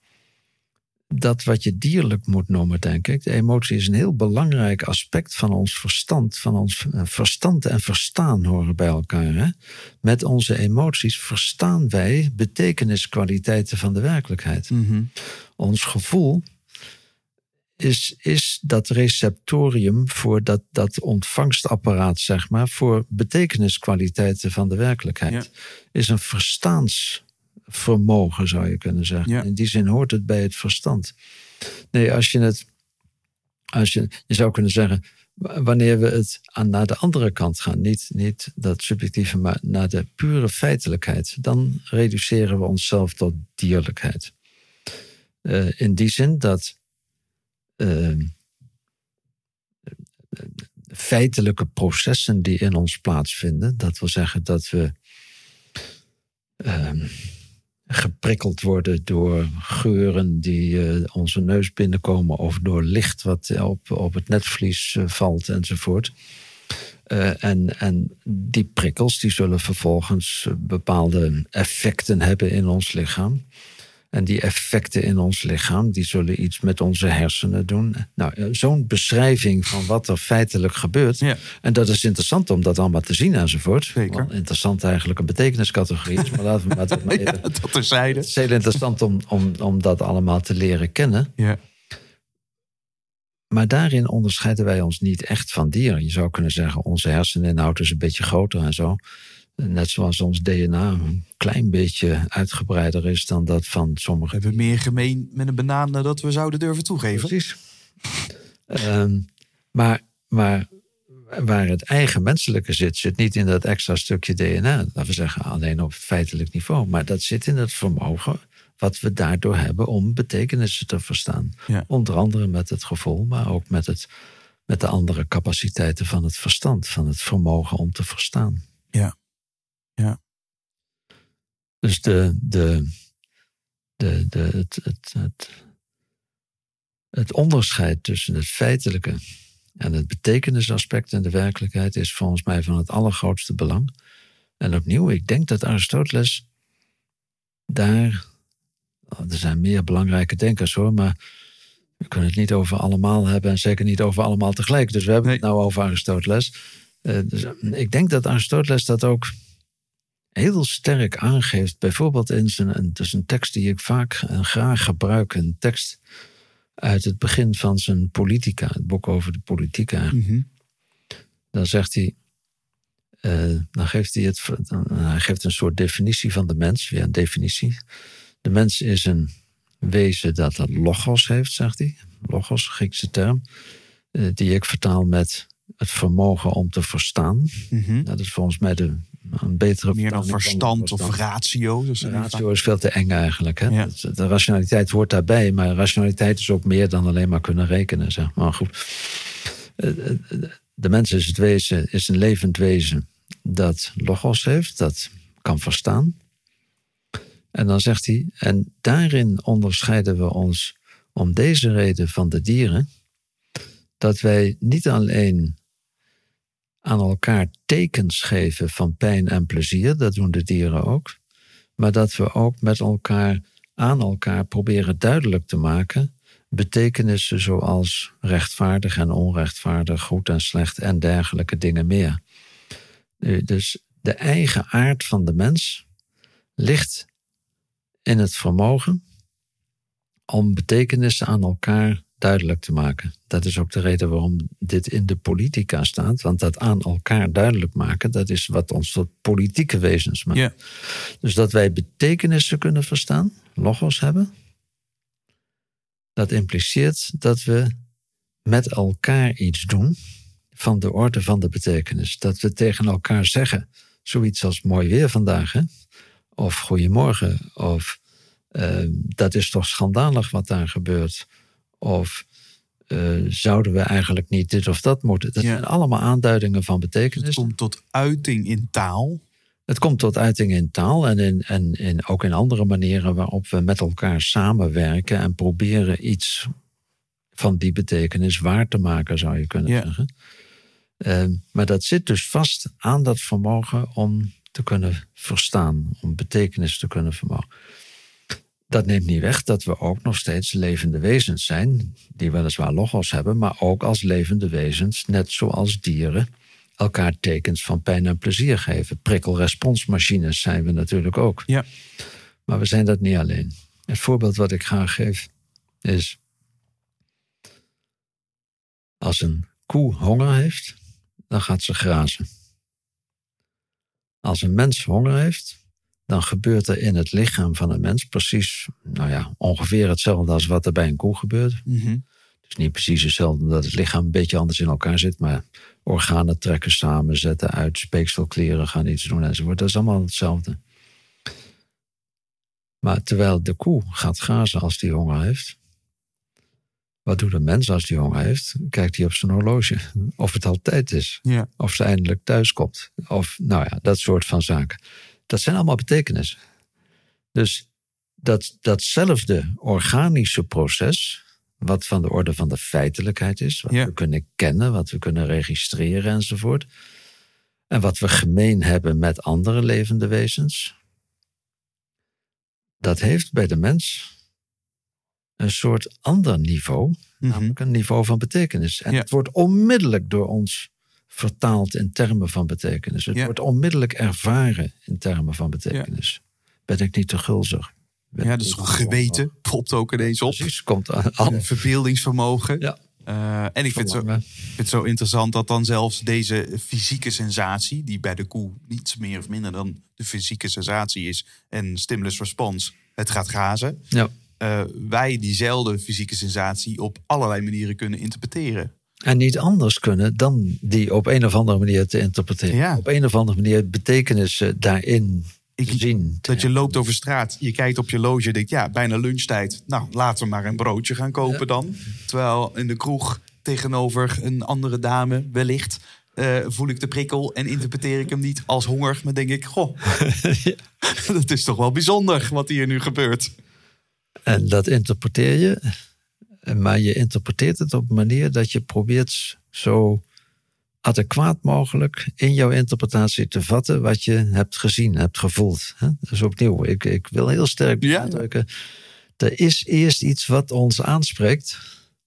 dat wat je dierlijk moet noemen, denk ik. De emotie is een heel belangrijk aspect van ons verstand. Van ons verstand en verstaan horen bij elkaar. Hè? Met onze emoties verstaan wij betekeniskwaliteiten van de werkelijkheid. Mm-hmm. Ons gevoel is, is dat receptorium voor dat, dat ontvangstapparaat, zeg maar, voor betekeniskwaliteiten van de werkelijkheid. Ja. Is een verstaans vermogen, zou je kunnen zeggen. Ja. In die zin hoort het bij het verstand. Nee, als je het... Als je, je zou kunnen zeggen, wanneer we het aan, naar de andere kant gaan, niet, niet dat subjectieve, maar naar de pure feitelijkheid, dan reduceren we onszelf tot dierlijkheid. Uh, in die zin dat uh, feitelijke processen die in ons plaatsvinden, dat wil zeggen dat we uh, geprikkeld worden door geuren die uh, onze neus binnenkomen of door licht wat op, op het netvlies uh, valt enzovoort. Uh, en, en die prikkels die zullen vervolgens bepaalde effecten hebben in ons lichaam. En die effecten in ons lichaam, die zullen iets met onze hersenen doen. Nou, zo'n beschrijving van wat er feitelijk gebeurt. Ja. En dat is interessant om dat allemaal te zien enzovoort. Zeker. Wel interessant eigenlijk een betekeniscategorie is, maar laten we maar dat maar even... Ja, dat terzijde. Het is heel interessant om, om, om dat allemaal te leren kennen. Ja. Maar daarin onderscheiden wij ons niet echt van dieren. Je zou kunnen zeggen, onze herseninhoud is een beetje groter en zo. Net zoals ons D N A een klein beetje uitgebreider is dan dat van sommige... We hebben meer gemeen met een banaan dan dat we zouden durven toegeven. Precies. um, maar, maar waar het eigen menselijke zit, zit niet in dat extra stukje D N A. Laten we zeggen, alleen op feitelijk niveau. Maar dat zit in het vermogen wat we daardoor hebben om betekenissen te verstaan. Ja. Onder andere met het gevoel, maar ook met, het, met de andere capaciteiten van het verstand. Van het vermogen om te verstaan. Ja. Ja. Dus de, de, de, de, het, het, het, het onderscheid tussen het feitelijke en het betekenisaspect in de werkelijkheid is volgens mij van het allergrootste belang. En opnieuw, ik denk dat Aristoteles daar... Er zijn meer belangrijke denkers hoor, maar we kunnen het niet over allemaal hebben en zeker niet over allemaal tegelijk. Dus we hebben nee. het nou over Aristoteles. Uh, dus, ik denk dat Aristoteles dat ook heel sterk aangeeft. Bijvoorbeeld in zijn, het is een tekst die ik vaak en graag gebruik. Een tekst uit het begin van zijn Politica, het boek over de Politica. Mm-hmm. Dan zegt hij, uh, dan geeft hij het, dan, hij geeft een soort definitie van de mens, weer een definitie. De mens is een wezen dat een logos heeft, zegt hij. Logos, Griekse term. Uh, die ik vertaal met het vermogen om te verstaan. Mm-hmm. Dat is volgens mij de, een betere meer dan verstand of ratio. Dus ratio is veel te eng eigenlijk. Hè? Ja. De rationaliteit hoort daarbij. Maar rationaliteit is ook meer dan alleen maar kunnen rekenen. Zeg maar goed. Uh, de mens is het wezen, is een levend wezen dat logos heeft, dat kan verstaan. En dan zegt hij, en daarin onderscheiden we ons om deze reden van de dieren, dat wij niet alleen aan elkaar tekens geven van pijn en plezier, dat doen de dieren ook, maar dat we ook met elkaar aan elkaar proberen duidelijk te maken betekenissen zoals rechtvaardig en onrechtvaardig, goed en slecht en dergelijke dingen meer. Dus de eigen aard van de mens ligt in het vermogen om betekenissen aan elkaar duidelijk te maken. Dat is ook de reden waarom dit in de Politica staat. Want dat aan elkaar duidelijk maken, dat is wat ons tot politieke wezens maakt. Ja. Dus dat wij betekenissen kunnen verstaan, logos hebben, dat impliceert dat we met elkaar iets doen van de orde van de betekenis. Dat we tegen elkaar zeggen, zoiets als mooi weer vandaag, hè? Of goedemorgen, of uh, dat is toch schandalig wat daar gebeurt. Of uh, zouden we eigenlijk niet dit of dat moeten. Dat ja. zijn allemaal aanduidingen van betekenis. Het komt tot uiting in taal. Het komt tot uiting in taal en, in, en in, ook in andere manieren waarop we met elkaar samenwerken en proberen iets van die betekenis waar te maken, zou je kunnen ja. zeggen. Uh, maar dat zit dus vast aan dat vermogen om te kunnen verstaan, om betekenis te kunnen vermogen. Dat neemt niet weg dat we ook nog steeds levende wezens zijn, die weliswaar logos hebben, maar ook als levende wezens, net zoals dieren, elkaar tekens van pijn en plezier geven. Prikkelresponsmachines zijn we natuurlijk ook. Ja. Maar we zijn dat niet alleen. Het voorbeeld wat ik graag geef is, als een koe honger heeft, dan gaat ze grazen. Als een mens honger heeft, dan gebeurt er in het lichaam van een mens precies, nou ja, ongeveer hetzelfde als wat er bij een koe gebeurt. Mm-hmm. Het is niet precies hetzelfde omdat het lichaam een beetje anders in elkaar zit, maar organen trekken samen, zetten uit, speekselklieren gaan iets doen enzovoort. Dat is allemaal hetzelfde. Maar terwijl de koe gaat grazen als die honger heeft, wat doet een mens als die honger heeft? Kijkt hij op zijn horloge. Of het al tijd is. Ja. Of ze eindelijk thuis komt. Of nou ja, dat soort van zaken. Dat zijn allemaal betekenissen. Dus dat, datzelfde organische proces, wat van de orde van de feitelijkheid is, wat ja. we kunnen kennen, wat we kunnen registreren enzovoort, en wat we gemeen hebben met andere levende wezens, dat heeft bij de mens een soort ander niveau, mm-hmm. namelijk een niveau van betekenis. En ja. het wordt onmiddellijk door ons vertaald in termen van betekenis. Het ja. wordt onmiddellijk ervaren in termen van betekenis. Ja. Ben ik niet te gulzig? Ben ja, dus geweten popt ook ineens op. Precies, komt aan. aan. Verbeeldingsvermogen. Ja. Uh, en ik vind, zo, ik vind het zo interessant dat dan zelfs deze fysieke sensatie, die bij de koe niets meer of minder dan de fysieke sensatie is, en stimulus response, het gaat grazen, ja. uh, wij diezelfde fysieke sensatie op allerlei manieren kunnen interpreteren. En niet anders kunnen dan die op een of andere manier te interpreteren. Ja. Op een of andere manier betekenissen daarin Ik, te zien. Dat je loopt over straat, je kijkt op je loge en denkt, ja, bijna lunchtijd. Nou, laten we maar een broodje gaan kopen ja. dan. Terwijl in de kroeg tegenover een andere dame wellicht uh, voel ik de prikkel en interpreteer ik hem niet als honger. Maar denk ik, goh, ja. dat is toch wel bijzonder wat hier nu gebeurt. En dat interpreteer je, maar je interpreteert het op een manier dat je probeert zo adequaat mogelijk in jouw interpretatie te vatten wat je hebt gezien, hebt gevoeld. Dus opnieuw, ik, ik wil heel sterk benadrukken. Ja. Er is eerst iets wat ons aanspreekt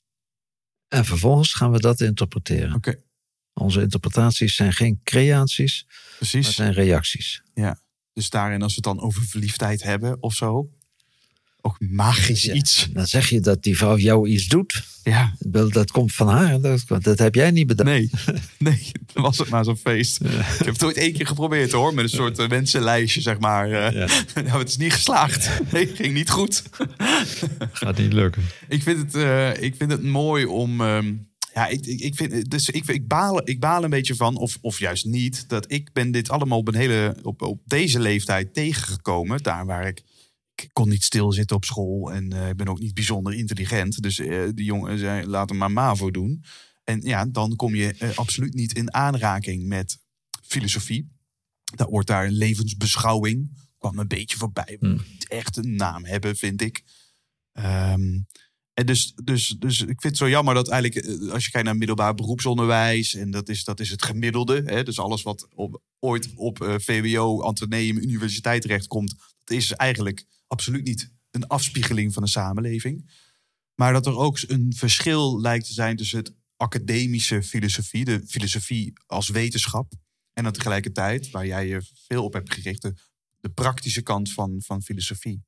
en vervolgens gaan we dat interpreteren. Okay. Onze interpretaties zijn geen creaties, Precies. maar zijn reacties. Ja, dus daarin als we het dan over verliefdheid hebben of zo, ook magisch ja, iets. Dan zeg je dat die vrouw jou iets doet. Ja. Dat komt van haar. Dat, dat heb jij niet bedacht. Nee, nee, dan was het maar zo'n feest. Ja. Ik heb het ooit één keer geprobeerd hoor. Met een soort uh, wensenlijstje, zeg maar. Uh, ja. nou, het is niet geslaagd. Nee, ging niet goed. Gaat niet lukken. Ik vind het, uh, ik vind het mooi om... Um, ja, ik, ik, ik, vind, dus ik, ik, baal, ik baal een beetje van, of, of juist niet, dat ik ben dit allemaal op, een hele, op, op deze leeftijd tegengekomen. Daar waar ik... Ik kon niet stilzitten op school en uh, ik ben ook niet bijzonder intelligent. Dus uh, die jongen zei, laat hem maar MAVO doen. En ja, dan kom je uh, absoluut niet in aanraking met filosofie. Daar wordt daar levensbeschouwing, kwam een beetje voorbij. Hmm. Niet echt een naam hebben, vind ik. Um, en dus, dus, dus ik vind het zo jammer dat eigenlijk, uh, als je kijkt naar middelbaar beroepsonderwijs, en dat is, dat is het gemiddelde. Hè, dus alles wat op, ooit op uh, V W O, Atheneum, universiteit terechtkomt, dat is eigenlijk absoluut niet een afspiegeling van de samenleving. Maar dat er ook een verschil lijkt te zijn tussen het academische filosofie, de filosofie als wetenschap, en dan tegelijkertijd, waar jij je veel op hebt gericht, de, de praktische kant van, van filosofie.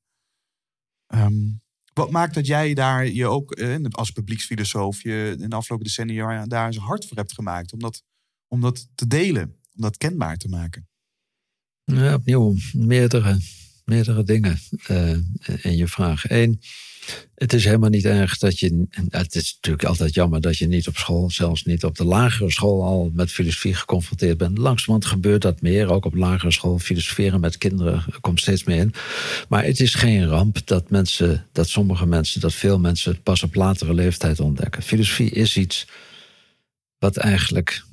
Um, wat maakt dat jij daar je ook eh, als publieksfilosoof je in de afgelopen decennia daar eens hard voor hebt gemaakt om dat, om dat te delen, om dat kenbaar te maken? Ja, opnieuw meerdere... Meerdere dingen uh, in je vraag. Eén, het is helemaal niet erg dat je... Het is natuurlijk altijd jammer dat je niet op school, zelfs niet op de lagere school, al met filosofie geconfronteerd bent. Langzamerhand gebeurt dat meer, ook op lagere school. Filosoferen met kinderen komt steeds meer in. Maar het is geen ramp dat mensen, dat sommige mensen, dat veel mensen het pas op latere leeftijd ontdekken. Filosofie is iets wat eigenlijk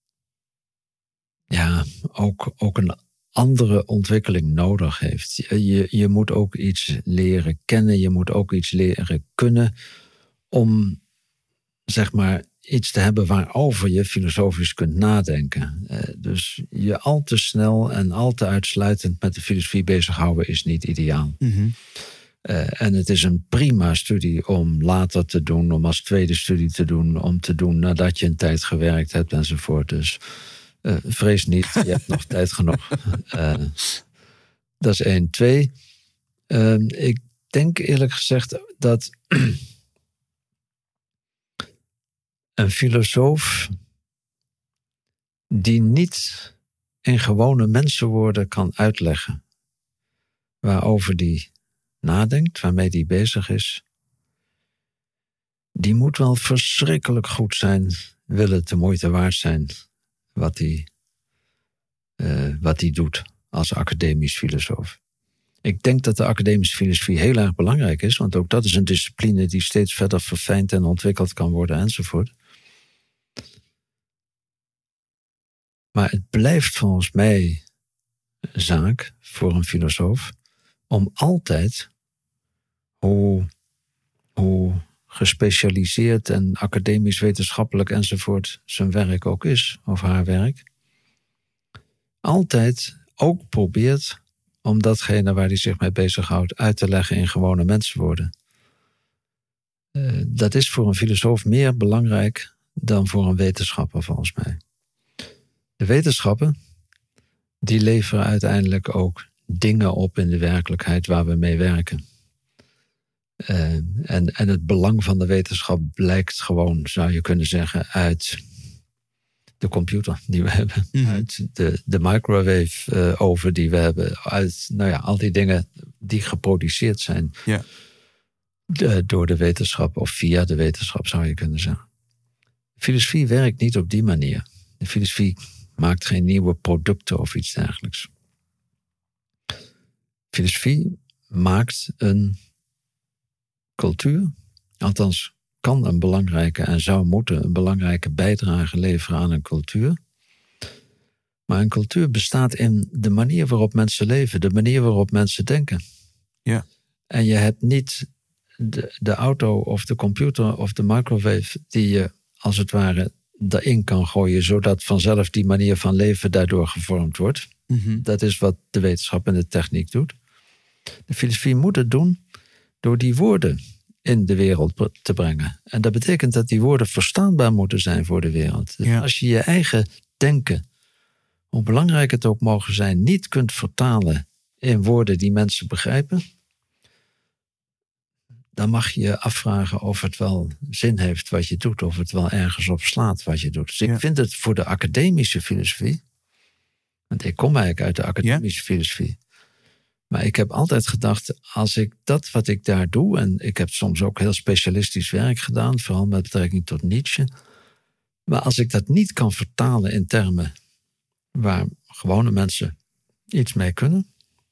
ja, ook, ook een andere ontwikkeling nodig heeft. Je, je moet ook iets leren kennen, je moet ook iets leren kunnen om, zeg maar, iets te hebben waarover je filosofisch kunt nadenken. Uh, dus je al te snel en al te uitsluitend met de filosofie bezighouden is niet ideaal. Mm-hmm. Uh, en het is een prima studie om later te doen, om als tweede studie te doen, om te doen nadat je een tijd gewerkt hebt enzovoort. Dus Uh, vrees niet, je hebt nog tijd genoeg. Uh, dat is één. Twee, uh, ik denk eerlijk gezegd dat een filosoof die niet in gewone mensenwoorden kan uitleggen waarover die nadenkt, waarmee die bezig is, die moet wel verschrikkelijk goed zijn, wil het de moeite waard zijn wat die, uh, wat die doet als academisch filosoof. Ik denk dat de academische filosofie heel erg belangrijk is, want ook dat is een discipline die steeds verder verfijnd en ontwikkeld kan worden enzovoort. Maar het blijft volgens mij een zaak voor een filosoof om altijd, hoe, hoe gespecialiseerd en academisch, wetenschappelijk enzovoort zijn werk ook is, of haar werk, altijd ook probeert om datgene waar hij zich mee bezighoudt uit te leggen in gewone mensenwoorden. Uh, dat is voor een filosoof meer belangrijk dan voor een wetenschapper, volgens mij. De wetenschappen, die leveren uiteindelijk ook dingen op in de werkelijkheid waar we mee werken. Uh, en, en het belang van de wetenschap blijkt gewoon, zou je kunnen zeggen, uit de computer die we hebben. Mm-hmm. Uit de, de microwave uh, oven die we hebben. Uit nou ja, al die dingen die geproduceerd zijn yeah. de, door de wetenschap of via de wetenschap, zou je kunnen zeggen. De filosofie werkt niet op die manier. De filosofie maakt geen nieuwe producten of iets dergelijks. Filosofie maakt een cultuur, althans kan een belangrijke en zou moeten een belangrijke bijdrage leveren aan een cultuur. Maar een cultuur bestaat in de manier waarop mensen leven, de manier waarop mensen denken. Ja. En je hebt niet de, de auto of de computer of de microwave die je als het ware daarin kan gooien, zodat vanzelf die manier van leven daardoor gevormd wordt. Mm-hmm. Dat is wat de wetenschap en de techniek doet. De filosofie moet het doen door die woorden in de wereld te brengen. En dat betekent dat die woorden verstaanbaar moeten zijn voor de wereld. Dus ja. Als je je eigen denken, hoe belangrijk het ook mogen zijn, niet kunt vertalen in woorden die mensen begrijpen, dan mag je je afvragen of het wel zin heeft wat je doet, of het wel ergens op slaat wat je doet. Dus ik ja. vind het voor de academische filosofie, want ik kom eigenlijk uit de academische ja. filosofie, maar ik heb altijd gedacht, als ik dat wat ik daar doe, en ik heb soms ook heel specialistisch werk gedaan, vooral met betrekking tot Nietzsche, maar als ik dat niet kan vertalen in termen waar gewone mensen iets mee kunnen,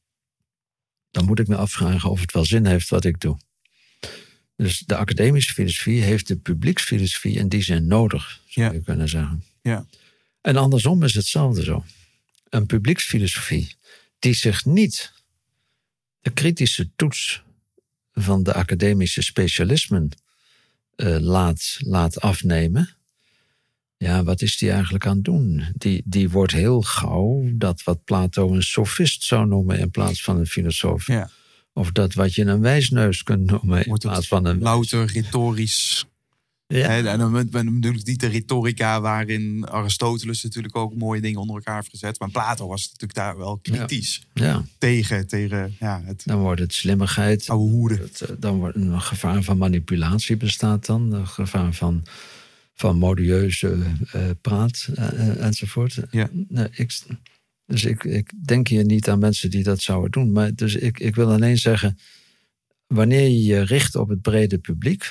dan moet ik me afvragen of het wel zin heeft wat ik doe. Dus de academische filosofie heeft de publieksfilosofie in die zin nodig, zou ja. je kunnen zeggen. Ja. En andersom is hetzelfde zo. Een publieksfilosofie die zich niet de kritische toets van de academische specialismen uh, laat, laat afnemen. Ja, wat is die eigenlijk aan het doen? Die, die wordt heel gauw dat wat Plato een sofist zou noemen in plaats van een filosoof. Ja. Of dat wat je een wijsneus kunt noemen in plaats van een... louter retorisch. Ja. He, en dan bedoel ik niet de retorica waarin Aristoteles natuurlijk ook mooie dingen onder elkaar heeft gezet. Maar Plato was natuurlijk daar wel kritisch ja. Ja. tegen. tegen ja, het dan wordt het slimmigheid. Oude hoede. Het, dan wordt een gevaar van manipulatie bestaat dan. Een gevaar van, van modieuze uh, praat uh, enzovoort. Ja. Nou, ik... Dus ik, ik denk hier niet aan mensen die dat zouden doen. Maar dus ik, ik wil alleen zeggen, wanneer je je richt op het brede publiek,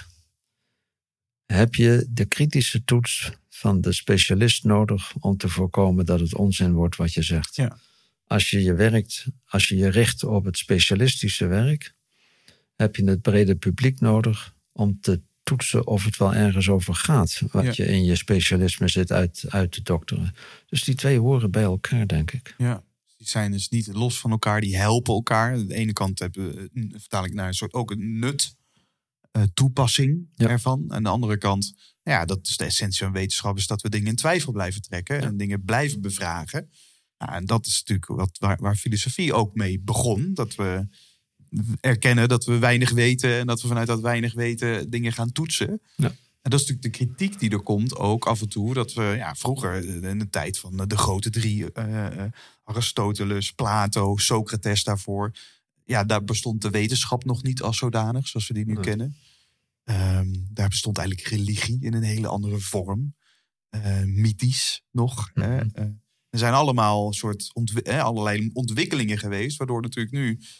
heb je de kritische toets van de specialist nodig om te voorkomen dat het onzin wordt wat je zegt. Ja. Als je je werkt, als je je richt op het specialistische werk, heb je het brede publiek nodig om te toetsen of het wel ergens over gaat, wat ja. je in je specialisme zit uit, uit te dokteren. Dus die twee horen bij elkaar, denk ik. Ja, die zijn dus niet los van elkaar, die helpen elkaar. Aan de ene kant hebben, vertaal ik naar een soort ook een nut, uh, toepassing ja. ervan. Aan de andere kant, ja, dat is de essentie van wetenschap, is dat we dingen in twijfel blijven trekken ja. en dingen blijven bevragen. Nou, en dat is natuurlijk wat, waar, waar filosofie ook mee begon, dat we erkennen dat we weinig weten en dat we vanuit dat weinig weten dingen gaan toetsen. Ja. En dat is natuurlijk de kritiek die er komt ook af en toe. Dat we ja, vroeger in de tijd van de grote drie, uh, Aristoteles, Plato, Socrates daarvoor. Ja, daar bestond de wetenschap nog niet als zodanig, zoals we die nu ja. kennen. Um, daar bestond eigenlijk religie in een hele andere vorm. Uh, mythisch nog. Mm-hmm. Hè. Uh, er zijn allemaal soort ontwi- eh, allerlei ontwikkelingen geweest, waardoor natuurlijk nu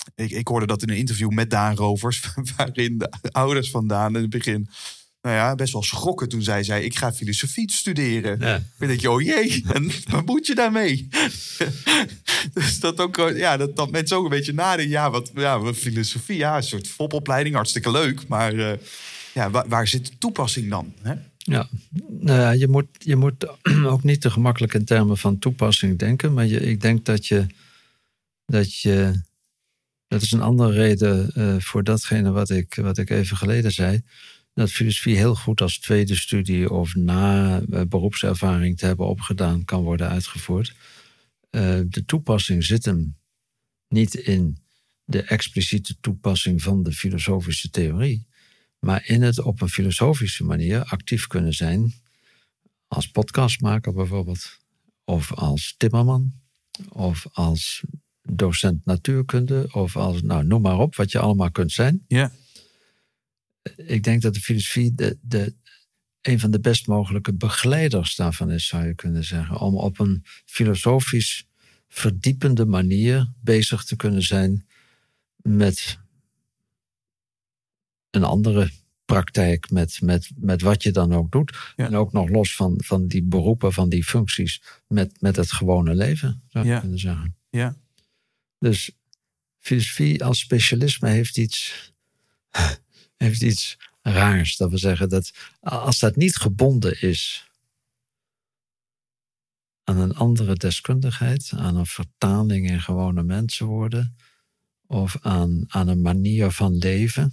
ik, ik hoorde dat in een interview met Daan Rovers, waarin de ouders van Daan in het begin, nou ja, best wel schrokken toen zij zei, ik ga filosofie studeren. Ja. Dan denk je, oh jee, en wat moet je daarmee? Dus dat, ook, ja, dat, dat mensen ook een beetje nadenken. Ja, wat, ja, wat filosofie, ja, een soort fopopleiding, hartstikke leuk. Maar uh, ja, waar, waar zit de toepassing dan? Hè? Ja, nou ja, je moet, je moet ook niet te gemakkelijk in termen van toepassing denken. Maar je, ik denk dat je, dat je... Dat is een andere reden uh, voor datgene wat ik, wat ik even geleden zei. Dat filosofie heel goed als tweede studie of na uh, beroepservaring te hebben opgedaan kan worden uitgevoerd. Uh, de toepassing zit hem niet in de expliciete toepassing van de filosofische theorie, maar in het op een filosofische manier actief kunnen zijn als podcastmaker bijvoorbeeld, of als timmerman, of als docent natuurkunde, of als, nou, noem maar op, wat je allemaal kunt zijn. Ja. Ik denk dat de filosofie de, de, een van de best mogelijke begeleiders daarvan is, zou je kunnen zeggen. Om op een filosofisch verdiepende manier bezig te kunnen zijn met een andere praktijk, met, met, met wat je dan ook doet. Ja. En ook nog los van, van die beroepen, van die functies, met, met het gewone leven, zou je ja. kunnen zeggen. Ja. Dus filosofie als specialisme heeft iets, heeft iets raars. Dat we zeggen dat als dat niet gebonden is aan een andere deskundigheid, aan een vertaling in gewone mensenwoorden, of aan, aan een manier van leven,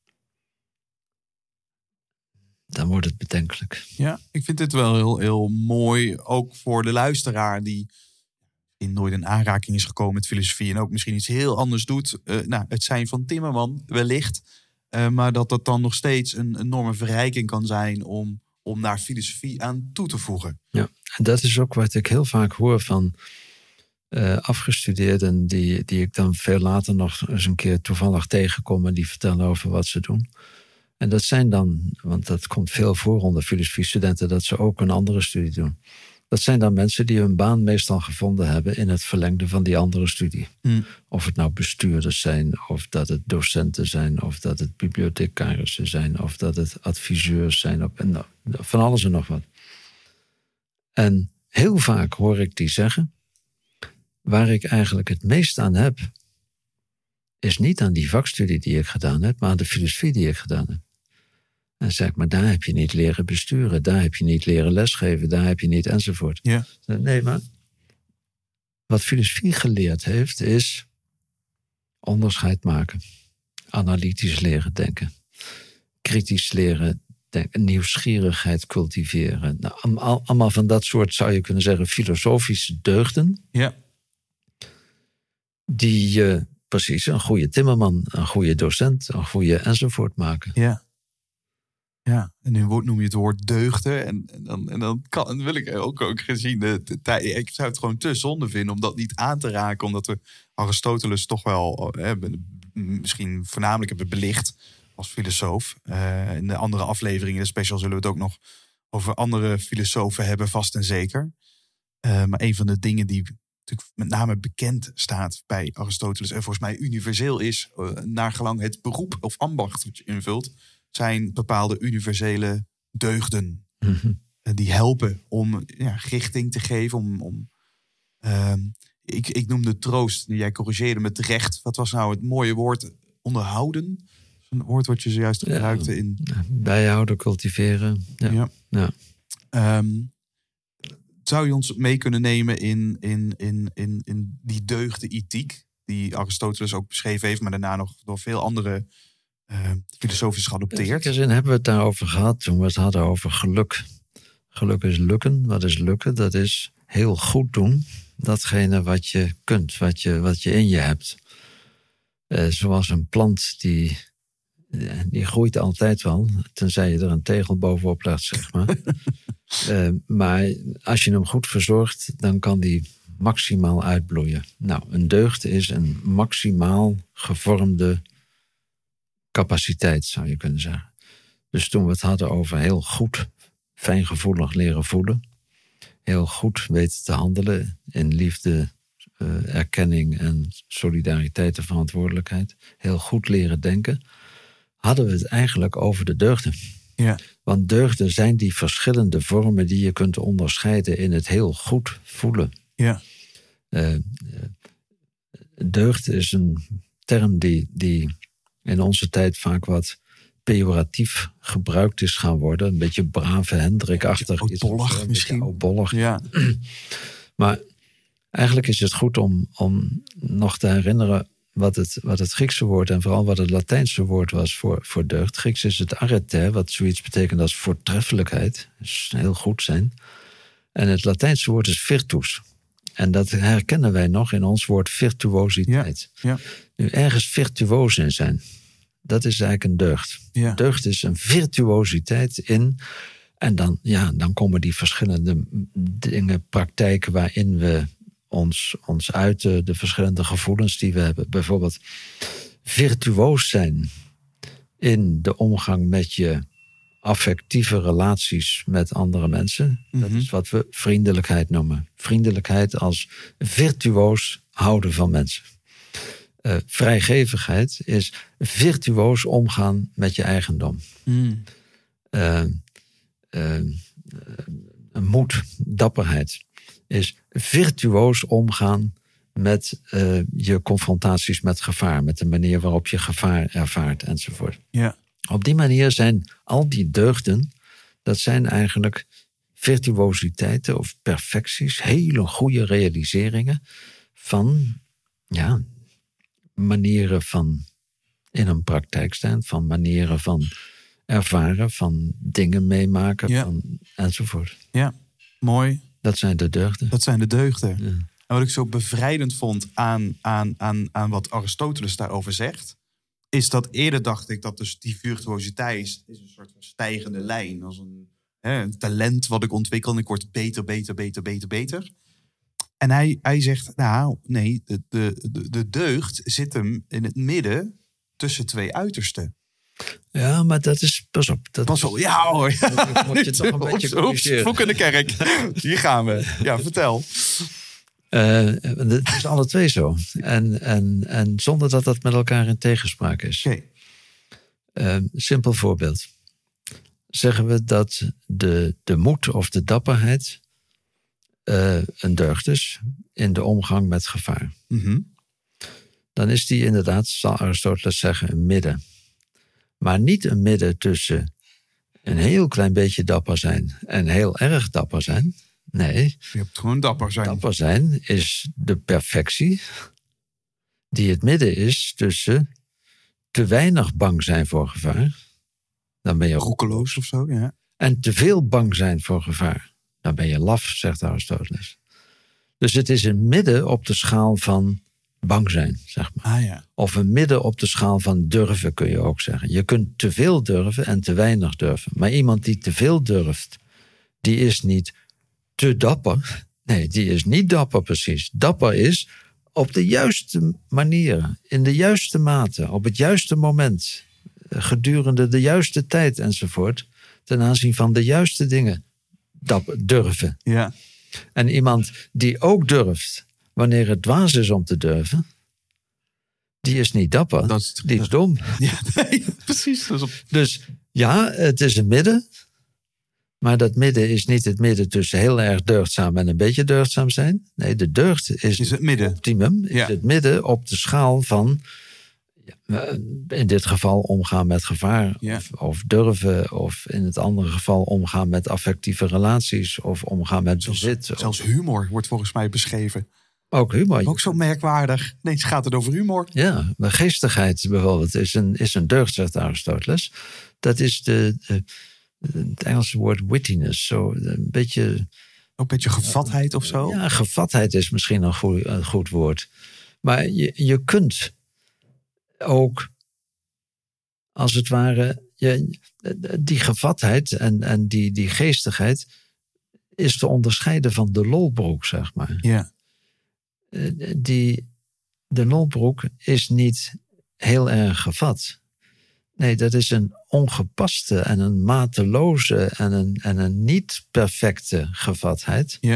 dan wordt het bedenkelijk. Ja, ik vind dit wel heel, heel mooi, ook voor de luisteraar die in nooit in aanraking is gekomen met filosofie en ook misschien iets heel anders doet. Uh, nou, het zijn van timmerman, wellicht. Uh, maar dat dat dan nog steeds een enorme verrijking kan zijn om, om daar filosofie aan toe te voegen. Ja, en dat is ook wat ik heel vaak hoor van uh, afgestudeerden die, die ik dan veel later nog eens een keer toevallig tegenkom en die vertellen over wat ze doen. En dat zijn dan, want dat komt veel voor onder filosofiestudenten, dat ze ook een andere studie doen. Dat zijn dan mensen die hun baan meestal gevonden hebben in het verlengde van die andere studie. Mm. Of het nou bestuurders zijn, of dat het docenten zijn, of dat het bibliothecarissen zijn, of dat het adviseurs zijn, of, en, van alles en nog wat. En heel vaak hoor ik die zeggen, waar ik eigenlijk het meest aan heb, is niet aan die vakstudie die ik gedaan heb, maar aan de filosofie die ik gedaan heb. En zeg ik, maar daar heb je niet leren besturen, daar heb je niet leren lesgeven, daar heb je niet enzovoort. Ja. Nee, maar wat filosofie geleerd heeft, is onderscheid maken. Analytisch leren denken. Kritisch leren denken. Nieuwsgierigheid cultiveren. Nou, allemaal van dat soort, zou je kunnen zeggen, filosofische deugden. Ja. Die je uh, precies een goede timmerman, een goede docent, een goede enzovoort maken. Ja. Ja, en nu noem je het woord deugden. En, en, dan, en dan, kan, dan wil ik ook, ook gezien, de, de, de, ik zou het gewoon te zonde vinden om dat niet aan te raken. Omdat we Aristoteles toch wel eh, misschien voornamelijk hebben belicht als filosoof. Uh, in de andere afleveringen, de special, zullen we het ook nog over andere filosofen hebben, vast en zeker. Uh, maar een van de dingen die natuurlijk met name bekend staat bij Aristoteles en volgens mij universeel is, uh, naar gelang het beroep of ambacht dat je invult, zijn bepaalde universele deugden. Mm-hmm. Die helpen om ja, richting te geven. Om, om, uh, ik, ik noemde troost, jij corrigeerde me terecht. Wat was nou het mooie woord? Onderhouden? Dat is een woord wat je zojuist gebruikte. In bijhouden, cultiveren. Ja. Ja. Ja. Um, zou je ons mee kunnen nemen in, in, in, in, in die deugdenethiek, die Aristoteles ook beschreven heeft, maar daarna nog door veel andere Uh, filosofisch geadopteerd. In zin hebben we het daarover gehad toen we het hadden over geluk. Geluk is lukken. Wat is lukken? Dat is heel goed doen. Datgene wat je kunt, wat je, wat je in je hebt. Uh, zoals een plant die, die groeit altijd wel. Tenzij je er een tegel bovenop legt, zeg maar. uh, maar als je hem goed verzorgt, dan kan die maximaal uitbloeien. Nou, een deugd is een maximaal gevormde capaciteit, zou je kunnen zeggen. Dus toen we het hadden over heel goed, fijngevoelig leren voelen, heel goed weten te handelen in liefde, uh, erkenning en solidariteit en verantwoordelijkheid, heel goed leren denken, hadden we het eigenlijk over de deugden. Ja. Want deugden zijn die verschillende vormen die je kunt onderscheiden in het heel goed voelen. Ja. Uh, deugd is een term die, die in onze tijd vaak wat pejoratief gebruikt is gaan worden. Een beetje brave Hendrik-achtig. Oudbollig misschien. Oudbollig. Ja. Maar eigenlijk is het goed om, om nog te herinneren wat het, wat het Griekse woord en vooral wat het Latijnse woord was voor, voor deugd. Grieks is het arete, wat zoiets betekent als voortreffelijkheid. Dus heel goed zijn. En het Latijnse woord is virtus. En dat herkennen wij nog in ons woord virtuositeit. Ja. Ja. Nu ergens virtuoos in zijn, dat is eigenlijk een deugd. Ja. Deugd is een virtuositeit in. En dan, ja, dan komen die verschillende dingen, praktijken waarin we ons, ons uiten, de verschillende gevoelens die we hebben. Bijvoorbeeld virtuoos zijn in de omgang met je affectieve relaties met andere mensen. Dat is wat we vriendelijkheid noemen. Vriendelijkheid als virtuoos houden van mensen. Uh, vrijgevigheid is virtuoos omgaan met je eigendom. Mm. Uh, uh, uh, moed, dapperheid is virtuoos omgaan met uh, je confrontaties met gevaar, met de manier waarop je gevaar ervaart enzovoort. Ja. Op die manier zijn al die deugden, dat zijn eigenlijk virtuositeiten of perfecties, hele goede realiseringen van, ja, manieren van in een praktijk staan, van manieren van ervaren, van dingen meemaken, Ja. van, enzovoort. Ja, mooi. Dat zijn de deugden. Dat zijn de deugden. Ja. En wat ik zo bevrijdend vond aan, aan, aan, aan wat Aristoteles daarover zegt, is dat eerder dacht ik dat dus die virtuositeit is, is een soort van stijgende lijn. Als een, hè, een talent wat ik ontwikkel en ik word beter, beter, beter, beter, beter. En hij, hij zegt, nou nee, de, de, de, de deugd zit hem in het midden tussen twee uitersten. Ja, maar dat is, pas op. Dat Pas op, ja hoor. Dat moet je toch een beetje Oeps, corrigeren. Voek in de kerk. Hier gaan we. Ja, vertel. Uh, het is alle twee zo. En, en, en zonder dat dat met elkaar in tegenspraak is. Oké. Uh, simpel voorbeeld. Zeggen we dat de, de moed of de dapperheid uh, een deugd is in de omgang met gevaar. Mm-hmm. Dan is die inderdaad, zal Aristoteles zeggen, een midden. Maar niet een midden tussen een heel klein beetje dapper zijn en heel erg dapper zijn. Nee, Je hebt gewoon dapper zijn. dapper zijn is de perfectie die het midden is tussen te weinig bang zijn voor gevaar. Dan ben je Roekeloos of zo, ja. En te veel bang zijn voor gevaar. Dan ben je laf, zegt Aristoteles. Dus het is een midden op de schaal van bang zijn, zeg maar. Ah ja. Of een midden op de schaal van durven, kun je ook zeggen. Je kunt te veel durven en te weinig durven. Maar iemand die te veel durft, die is niet te dapper. Nee, die is niet dapper precies. Dapper is op de juiste manier, in de juiste mate, op het juiste moment, gedurende de juiste tijd enzovoort, ten aanzien van de juiste dingen dapper, durven. Ja. En iemand die ook durft, wanneer het dwaas is om te durven, die is niet dapper, Dat is, die is dom. Ja, nee, precies. Dat is op... Dus ja, het is een midden. Maar dat midden is niet het midden tussen heel erg deugdzaam en een beetje deugdzaam zijn. Nee, de deugd is, Is het midden. optimum. Is Ja. het midden op de schaal van, in dit geval omgaan met gevaar. Ja. Of, of durven. Of in het andere geval omgaan met affectieve relaties. Of omgaan met bezit. Zelfs humor wordt volgens mij beschreven. Ook humor. Ook zo merkwaardig. Nee, gaat het over humor. Ja, maar geestigheid bijvoorbeeld is een, is een deugd, zegt Aristoteles. Dat is de, de, het Engelse woord wittiness. Zo een beetje, Ook een beetje gevatheid of zo. ja, gevatheid is misschien een goed, een goed woord. Maar je, je kunt ook, als het ware, je, die gevatheid en, en die, die geestigheid is te onderscheiden van de lolbroek, zeg maar. Ja. Die, de lolbroek is niet heel erg gevat. Nee, dat is een ongepaste en een mateloze en een, en een niet perfecte gevatheid. Ja.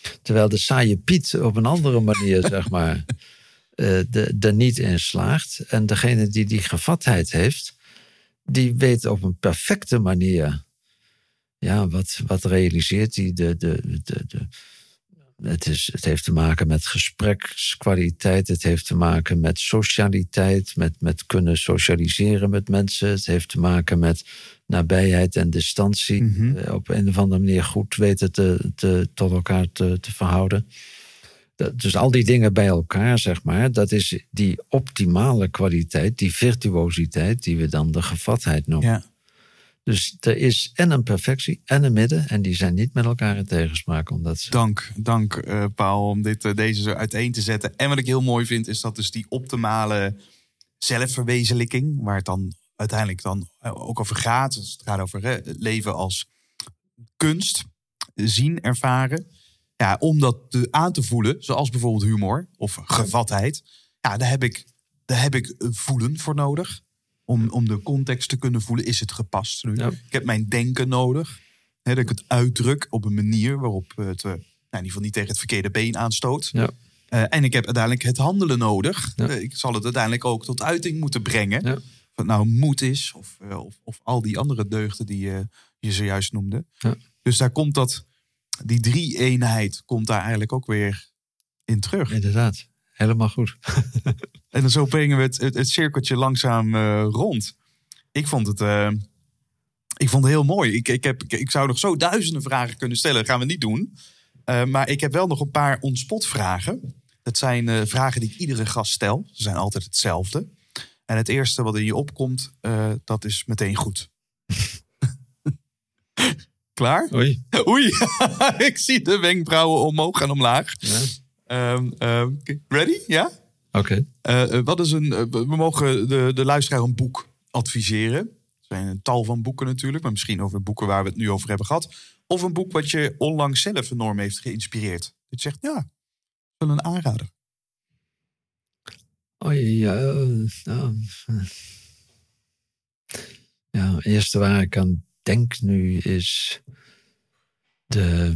Terwijl de saaie Piet op een andere manier, zeg maar, uh, de, er niet in slaagt. En degene die die gevatheid heeft, die weet op een perfecte manier, ja, wat, wat realiseert hij? De, de, de, de, het, is, het heeft te maken met gesprekskwaliteit, het heeft te maken met socialiteit, met, met kunnen socialiseren met mensen. Het heeft te maken met nabijheid en distantie. Mm-hmm. Uh, op een of andere manier goed weten te, te, tot elkaar te, te verhouden. Dat, dus al die dingen bij elkaar, zeg maar, dat is die optimale kwaliteit, die virtuositeit, die we dan de gevatheid noemen. Ja. Dus er is en een perfectie en een midden. En die zijn niet met elkaar in tegenspraak. Omdat ze... Dank, dank uh, Paul, om dit, uh, deze zo uiteen te zetten. En wat ik heel mooi vind, is dat dus die optimale zelfverwezenlijking, waar het dan uiteindelijk dan ook over gaat. Dus het gaat over uh, leven als kunst, zien, ervaren. Ja, om dat te, aan te voelen, zoals bijvoorbeeld humor of gevatheid. Ja, daar heb ik, daar heb ik voelen voor nodig. Om, om de context te kunnen voelen, is het gepast nu? Ja. Ik heb mijn denken nodig. Hè, dat ik het uitdruk op een manier waarop het uh, nou, in ieder geval niet tegen het verkeerde been aanstoot. Ja. Uh, en ik heb uiteindelijk het handelen nodig. Ja. Uh, ik zal het uiteindelijk ook tot uiting moeten brengen. Ja. Of het nou moed is of, uh, of, of al die andere deugden die uh, je zojuist noemde. Ja. Dus daar komt dat, die drie-eenheid komt daar eigenlijk ook weer in terug. Inderdaad. Helemaal goed. En dan zo brengen we het, het, het cirkeltje langzaam uh, rond. Ik vond het, uh, ik vond het heel mooi. Ik, ik, heb, ik, ik zou nog zo duizenden vragen kunnen stellen. Dat gaan we niet doen. Uh, maar ik heb wel nog een paar on-spot vragen. Dat zijn uh, vragen die ik iedere gast stel. Ze zijn altijd hetzelfde. En het eerste wat in je opkomt, uh, dat is meteen goed. Klaar? Oei. Oei. Ik zie de wenkbrauwen omhoog en omlaag. Ja. Um, uh, ready? Ja? Oké. Okay. Uh, wat is een? Uh, we mogen de, de luisteraar een boek adviseren. Er zijn een tal van boeken natuurlijk, maar misschien over boeken waar we het nu over hebben gehad. Of een boek wat je onlangs zelf enorm heeft geïnspireerd. Dat zegt, ja, wel een aanrader. Oh ja. Uh, uh, ja, het eerste waar ik aan denk nu is de...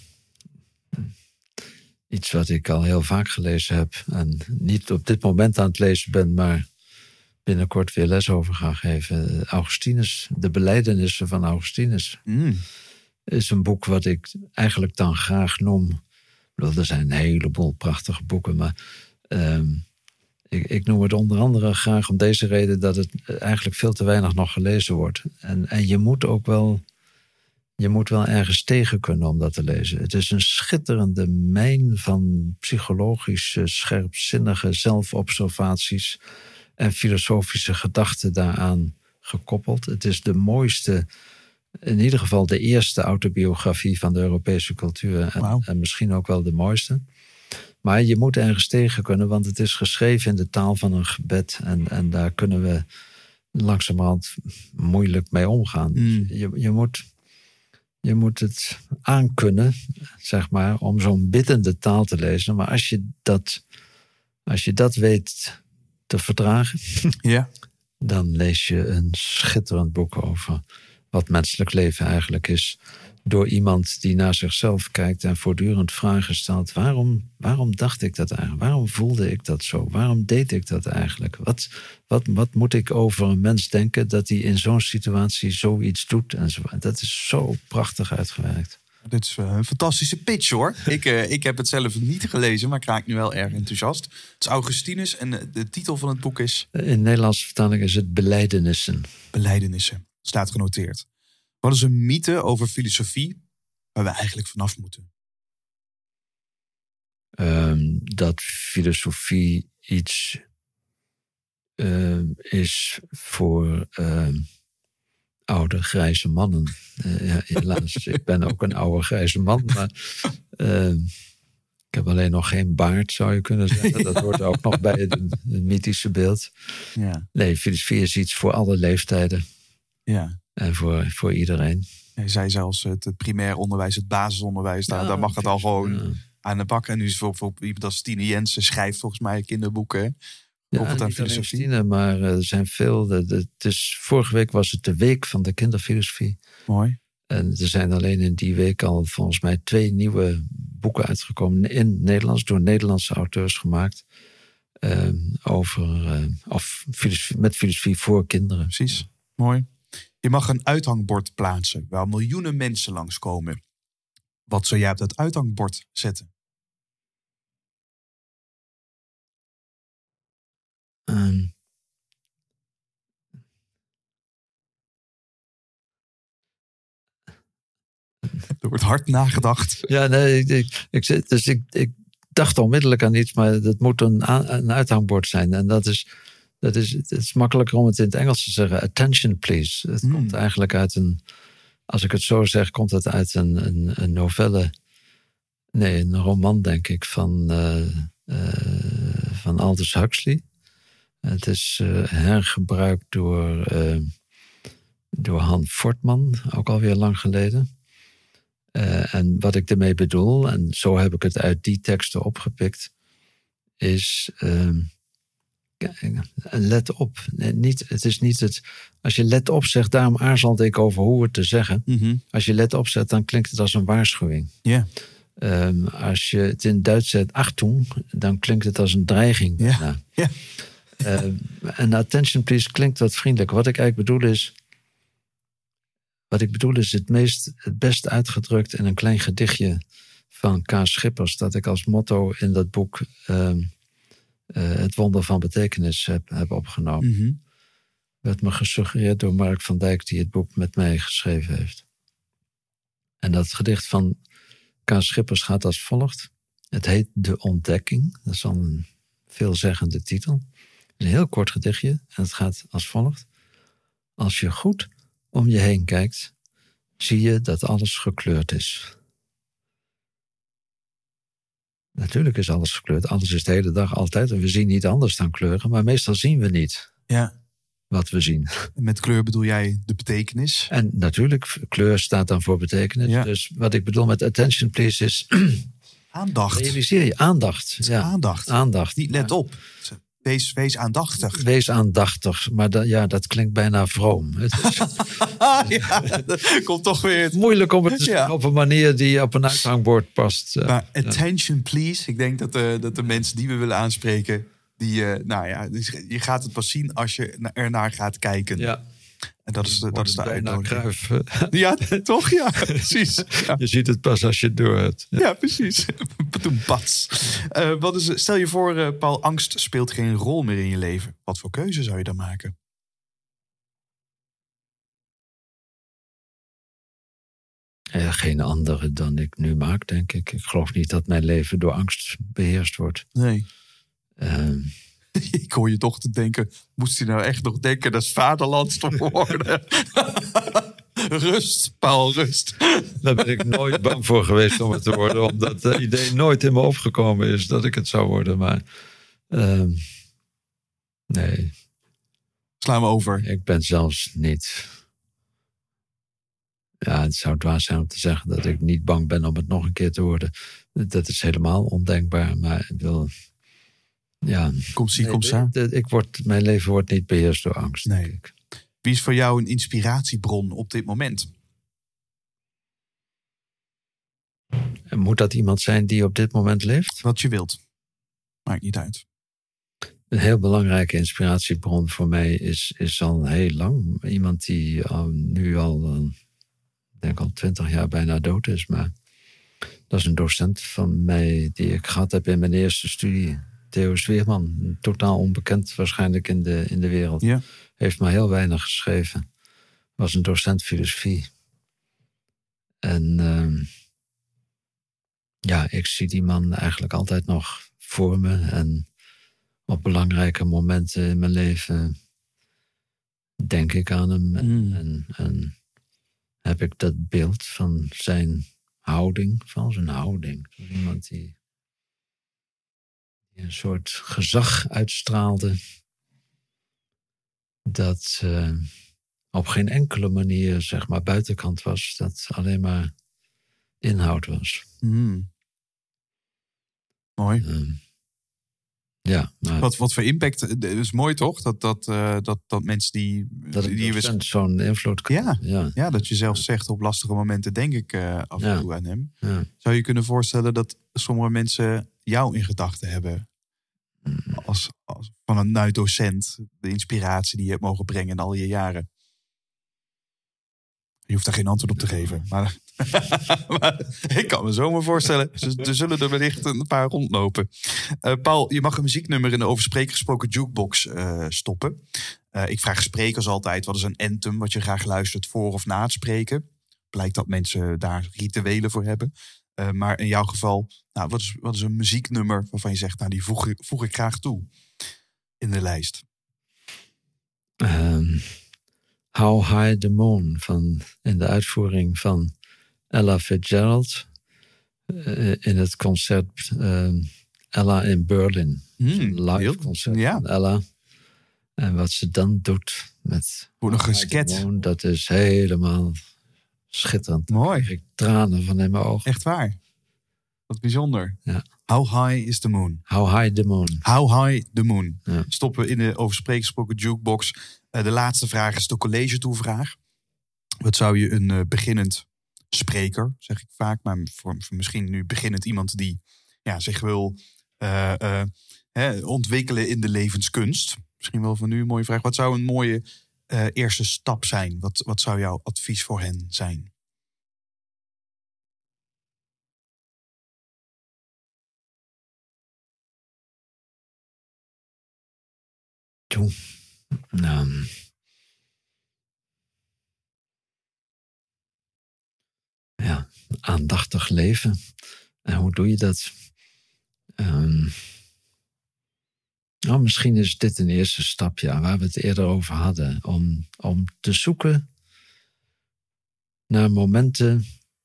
Iets wat ik al heel vaak gelezen heb. En niet op dit moment aan het lezen ben, maar binnenkort weer les over ga geven. Augustinus, de Belijdenissen van Augustinus. Mm. Is een boek wat ik eigenlijk dan graag noem. Ik bedoel, er zijn een heleboel prachtige boeken, maar um, ik, ik noem het onder andere graag om deze reden dat het eigenlijk veel te weinig nog gelezen wordt. En, en je moet ook wel... Je moet wel ergens tegen kunnen om dat te lezen. Het is een schitterende mijn van psychologische, scherpzinnige zelfobservaties en filosofische gedachten daaraan gekoppeld. Het is de mooiste, in ieder geval de eerste autobiografie van de Europese cultuur. En, wow. en misschien ook wel de mooiste. Maar je moet ergens tegen kunnen, want het is geschreven in de taal van een gebed. En, en daar kunnen we langzamerhand moeilijk mee omgaan. Mm. Je, je moet... Je moet het aankunnen, zeg maar, om zo'n biddende taal te lezen. Maar als je dat, als je dat weet te verdragen, ja. dan lees je een schitterend boek over wat menselijk leven eigenlijk is. Door iemand die naar zichzelf kijkt en voortdurend vragen stelt. Waarom, waarom dacht ik dat eigenlijk? Waarom voelde ik dat zo? Waarom deed ik dat eigenlijk? Wat, wat, wat moet ik over een mens denken dat hij in zo'n situatie zoiets doet? En zo. Dat is zo prachtig uitgewerkt. Dit is een fantastische pitch hoor. ik, uh, ik heb het zelf niet gelezen, maar ik raak nu wel erg enthousiast. Het is Augustinus en de titel van het boek is? In Nederlandse vertaling is het Belijdenissen. Belijdenissen, staat genoteerd. Wat is een mythe over filosofie waar we eigenlijk vanaf moeten? Um, dat filosofie iets uh, is voor uh, oude grijze mannen. Uh, ja, helaas, ik ben ook een oude grijze man, maar uh, ik heb alleen nog geen baard, zou je kunnen zeggen. Dat hoort ook nog bij het, het mythische beeld. Ja. Nee, filosofie is iets voor alle leeftijden. Ja. En voor, voor iedereen. Je zei zelfs het primair onderwijs, het basisonderwijs. Daar, ja, daar mag het al gewoon ja. aan de bak. En nu is voor, voor iemand als Stine Jensen schrijft volgens mij kinderboeken. Ja, niet aan filosofie. Stine, maar er zijn veel. De, de, het is, vorige week was het de week van de kinderfilosofie. Mooi. En er zijn alleen in die week al volgens mij twee nieuwe boeken uitgekomen in het Nederlands, door Nederlandse auteurs gemaakt. Uh, over, uh, of filosofie, met filosofie voor kinderen. Precies, mooi. Je mag een uithangbord plaatsen waar miljoenen mensen langskomen. Wat zou jij op dat uithangbord zetten? Um, Er wordt hard nagedacht. Ja, nee, ik, ik, ik, dus ik, ik dacht onmiddellijk aan iets, maar het moet een, een uithangbord zijn. En dat is, dat is, het is makkelijker om het in het Engels te zeggen. Attention, please. Het Hmm. komt eigenlijk uit een, als ik het zo zeg, komt het uit een, een, een novelle. Nee, een roman, denk ik, van, uh, uh, van Aldous Huxley. Het is uh, hergebruikt door, uh, door Han Fortman, ook alweer lang geleden. Uh, en wat ik ermee bedoel, en zo heb ik het uit die teksten opgepikt, is, uh, let op. Niet, het is niet het, als je let op zegt, daarom aarzelde ik over hoe het te zeggen. Mm-hmm. Als je let op zet, dan klinkt het als een waarschuwing. Yeah. Um, als je het in Duits zet, Achtung, dan klinkt het als een dreiging. Ja. Nou, Ja. uh, en attention please klinkt wat vriendelijk. Wat ik eigenlijk bedoel is, wat ik bedoel is het meest, het best uitgedrukt in een klein gedichtje van K. Schippers, dat ik als motto in dat boek uh, uh, Het wonder van betekenis heb, heb opgenomen. Mm-hmm. Werd me gesuggereerd door Mark van Dijk, die het boek met mij geschreven heeft. En dat gedicht van K. Schippers gaat als volgt. Het heet De Ontdekking. Dat is al een veelzeggende titel. Het is een heel kort gedichtje en het gaat als volgt. Als je goed om je heen kijkt, zie je dat alles gekleurd is. Natuurlijk is alles gekleurd. Alles is de hele dag altijd. En we zien niet anders dan kleuren. Maar meestal zien we niet Ja. wat we zien. Met kleur bedoel jij de betekenis? En natuurlijk, kleur staat dan voor betekenis. Ja. Dus wat ik bedoel met attention please is, Aandacht. realiseer je aandacht. Ja, Aandacht. aandacht. Niet let Ja. op. Wees, wees aandachtig. Wees aandachtig. Maar da, ja, dat klinkt bijna vroom. Het is Ja, dat komt toch weer. moeilijk om het te zeggen Ja. op een manier die op een uithangbord past. Uh, Maar attention please. Ik denk dat de, dat de mensen die we willen aanspreken, die, uh, nou ja, je gaat het pas zien als je ernaar gaat kijken. ja. En dat is de, dat is de bijna uitnodiging. Cruijff. Ja, toch? Ja, precies. Ja, Je ziet het pas als je het door hebt. Ja. ja precies. Toen pats. Uh, wat is, stel je voor, uh, Paul, angst speelt geen rol meer in je leven. Wat voor keuze zou je dan maken? Ja, geen andere dan ik nu maak, denk ik. Ik geloof niet dat mijn leven door angst beheerst wordt. Nee. Uh, Ik hoor je dochter denken, moest hij nou echt nog denken dat is vaderlands te worden? Rust, Paul, rust. Daar ben ik nooit bang voor geweest om het te worden. Omdat het idee nooit in me opgekomen is dat ik het zou worden. Maar uh, nee, Slaan we over. ik ben zelfs niet... Ja, het zou dwaas zijn om te zeggen dat ik niet bang ben om het nog een keer te worden. Dat is helemaal ondenkbaar. Maar ik wil... Ja, Kom zie, nee, kom sa. ik, ik word, mijn leven wordt niet beheerst door angst, Nee. denk ik. Wie is voor jou een inspiratiebron op dit moment? En moet dat iemand zijn die op dit moment leeft? Wat je wilt. Maakt niet uit. Een heel belangrijke inspiratiebron voor mij is, is al heel lang. Iemand die uh, nu al, uh, ik denk al twintig jaar bijna dood is. Maar dat is een docent van mij die ik gehad heb in mijn eerste studie. Theo Zweerman, totaal onbekend waarschijnlijk in de, in de wereld. Ja. Heeft maar heel weinig geschreven. Was een docent filosofie. En uh, ja, ik zie die man eigenlijk altijd nog voor me. En op belangrijke momenten in mijn leven denk ik aan hem. En, Mm. en, en heb ik dat beeld van zijn houding, van zijn houding. Iemand die, die een soort gezag uitstraalde. Dat uh, op geen enkele manier, zeg maar, buitenkant was. Dat alleen maar inhoud was. Mm. Mooi. Uh, Ja, maar Wat, wat voor impact. Het is mooi toch? Dat, dat, uh, dat, dat mensen die... dat het die docent zo'n invloed kan. Ja, ja. ja, dat je zelfs zegt op lastige momenten denk ik uh, af en Ja. toe aan hem. Ja. Zou je kunnen voorstellen dat sommige mensen jou in gedachten hebben? Als, als vanuit docent, de inspiratie die je hebt mogen brengen in al je jaren. Je hoeft daar geen antwoord op te geven. Maar, maar ik kan me zomaar voorstellen. Er zullen er wellicht een paar rondlopen. Uh, Paul, je mag een muzieknummer in de over spreker gesproken jukebox uh, stoppen. Uh, ik vraag sprekers altijd, wat is een anthem wat je graag luistert voor of na het spreken? Blijkt dat mensen daar rituelen voor hebben. Uh, maar in jouw geval, nou, wat, is, wat is een muzieknummer waarvan je zegt, nou, die voeg, voeg ik graag toe in de lijst? Um, How High the Moon van, in de uitvoering van Ella Fitzgerald uh, in het concert uh, Ella in Berlin. Hmm, een live heel, concert ja. van Ella. En wat ze dan doet met Hoe nog How High the gesket. Moon, dat is helemaal schitterend. Mooi. Ik tranen van in mijn ogen. Echt waar. Wat bijzonder. Ja. How high is the moon? How High the Moon. How high the moon. Ja. Stoppen we in de over spreek gesproken jukebox. Uh, de laatste vraag is de college toevraag. Wat zou je een uh, beginnend spreker, zeg ik vaak, maar voor, voor misschien nu beginnend iemand die ja, zich wil uh, uh, hè, ontwikkelen in de levenskunst. Misschien wel voor nu een mooie vraag. Wat zou een mooie uh, eerste stap zijn? Wat, wat zou jouw advies voor hen zijn? Toen, nou, ja, aandachtig leven. En hoe doe je dat? Um, nou, misschien is dit een eerste stap, ja, waar we het eerder over hadden. Om, om te zoeken naar momenten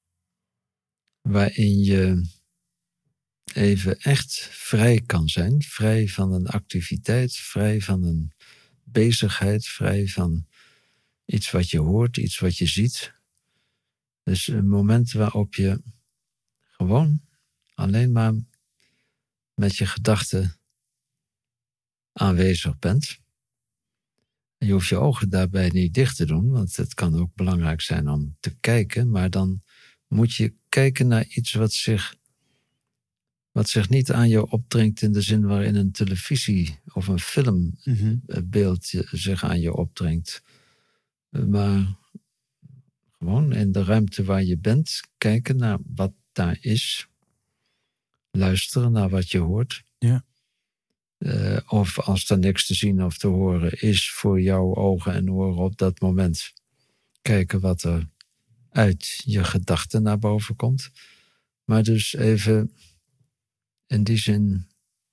waarin je even echt vrij kan zijn. Vrij van een activiteit, vrij van een bezigheid, vrij van iets wat je hoort, iets wat je ziet. Dus een moment waarop je gewoon alleen maar met je gedachten aanwezig bent. En je hoeft je ogen daarbij niet dicht te doen, want het kan ook belangrijk zijn om te kijken, maar dan moet je kijken naar iets wat zich Wat zich niet aan je opdringt in de zin waarin een televisie of een filmbeeld mm-hmm. zich aan je opdringt. Maar gewoon in de ruimte waar je bent, kijken naar wat daar is. Luisteren naar wat je hoort. Ja. Uh, of als er niks te zien of te horen is voor jouw ogen en oren op dat moment. Kijken wat er uit je gedachten naar boven komt. Maar dus even in die zin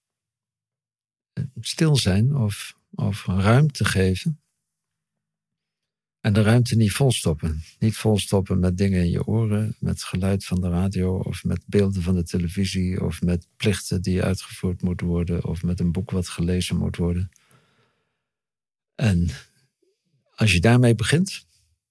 stil zijn of, of ruimte geven. En de ruimte niet volstoppen. Niet volstoppen met dingen in je oren, met geluid van de radio of met beelden van de televisie of met plichten die uitgevoerd moeten worden of met een boek wat gelezen moet worden. En als je daarmee begint,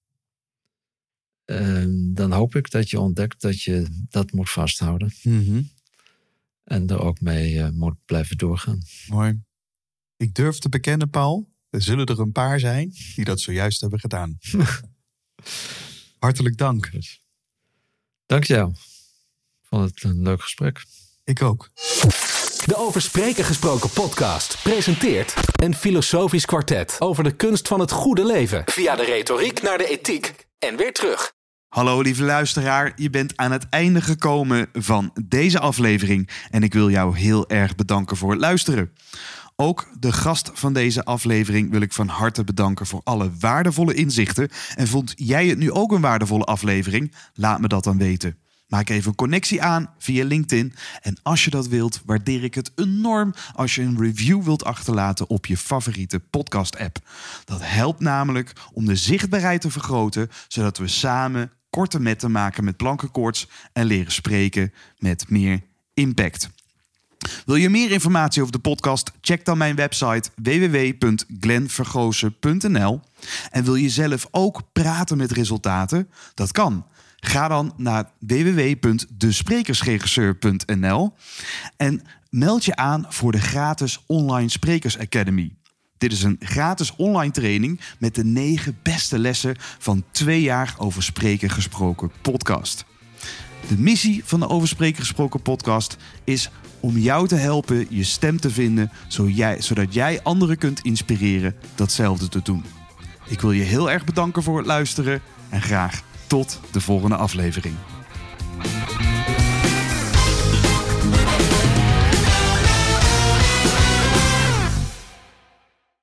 eh, dan hoop ik dat je ontdekt dat je dat moet vasthouden. Mm-hmm. En er ook mee uh, moet blijven doorgaan. Mooi. Ik durf te bekennen, Paul, er zullen er een paar zijn die dat zojuist hebben gedaan. Hartelijk dank. Dank jou. Ik vond het een leuk gesprek. Ik ook. De Over Spreken gesproken podcast presenteert een filosofisch kwartet over de kunst van het goede leven. Via de retoriek naar de ethiek en weer terug. Hallo lieve luisteraar, je bent aan het einde gekomen van deze aflevering en ik wil jou heel erg bedanken voor het luisteren. Ook de gast van deze aflevering wil ik van harte bedanken voor alle waardevolle inzichten. En vond jij het nu ook een waardevolle aflevering? Laat me dat dan weten. Maak even een connectie aan via LinkedIn. En als je dat wilt, waardeer ik het enorm als je een review wilt achterlaten op je favoriete podcast-app. Dat helpt namelijk om de zichtbaarheid te vergroten, zodat we samen korte metten maken met plankenkoorts en leren spreken met meer impact. Wil je meer informatie over de podcast? Check dan mijn website w w w punt glenn vergozen punt n l. En wil je zelf ook praten met resultaten? Dat kan. Ga dan naar w w w punt de sprekersregisseur punt n l en meld je aan voor de gratis Online Sprekers Academy. Dit is een gratis online training met de negen beste lessen van twee jaar Over Spreken Gesproken podcast. De missie van de Over Spreken Gesproken podcast is om jou te helpen je stem te vinden, zodat jij anderen kunt inspireren datzelfde te doen. Ik wil je heel erg bedanken voor het luisteren en graag tot de volgende aflevering.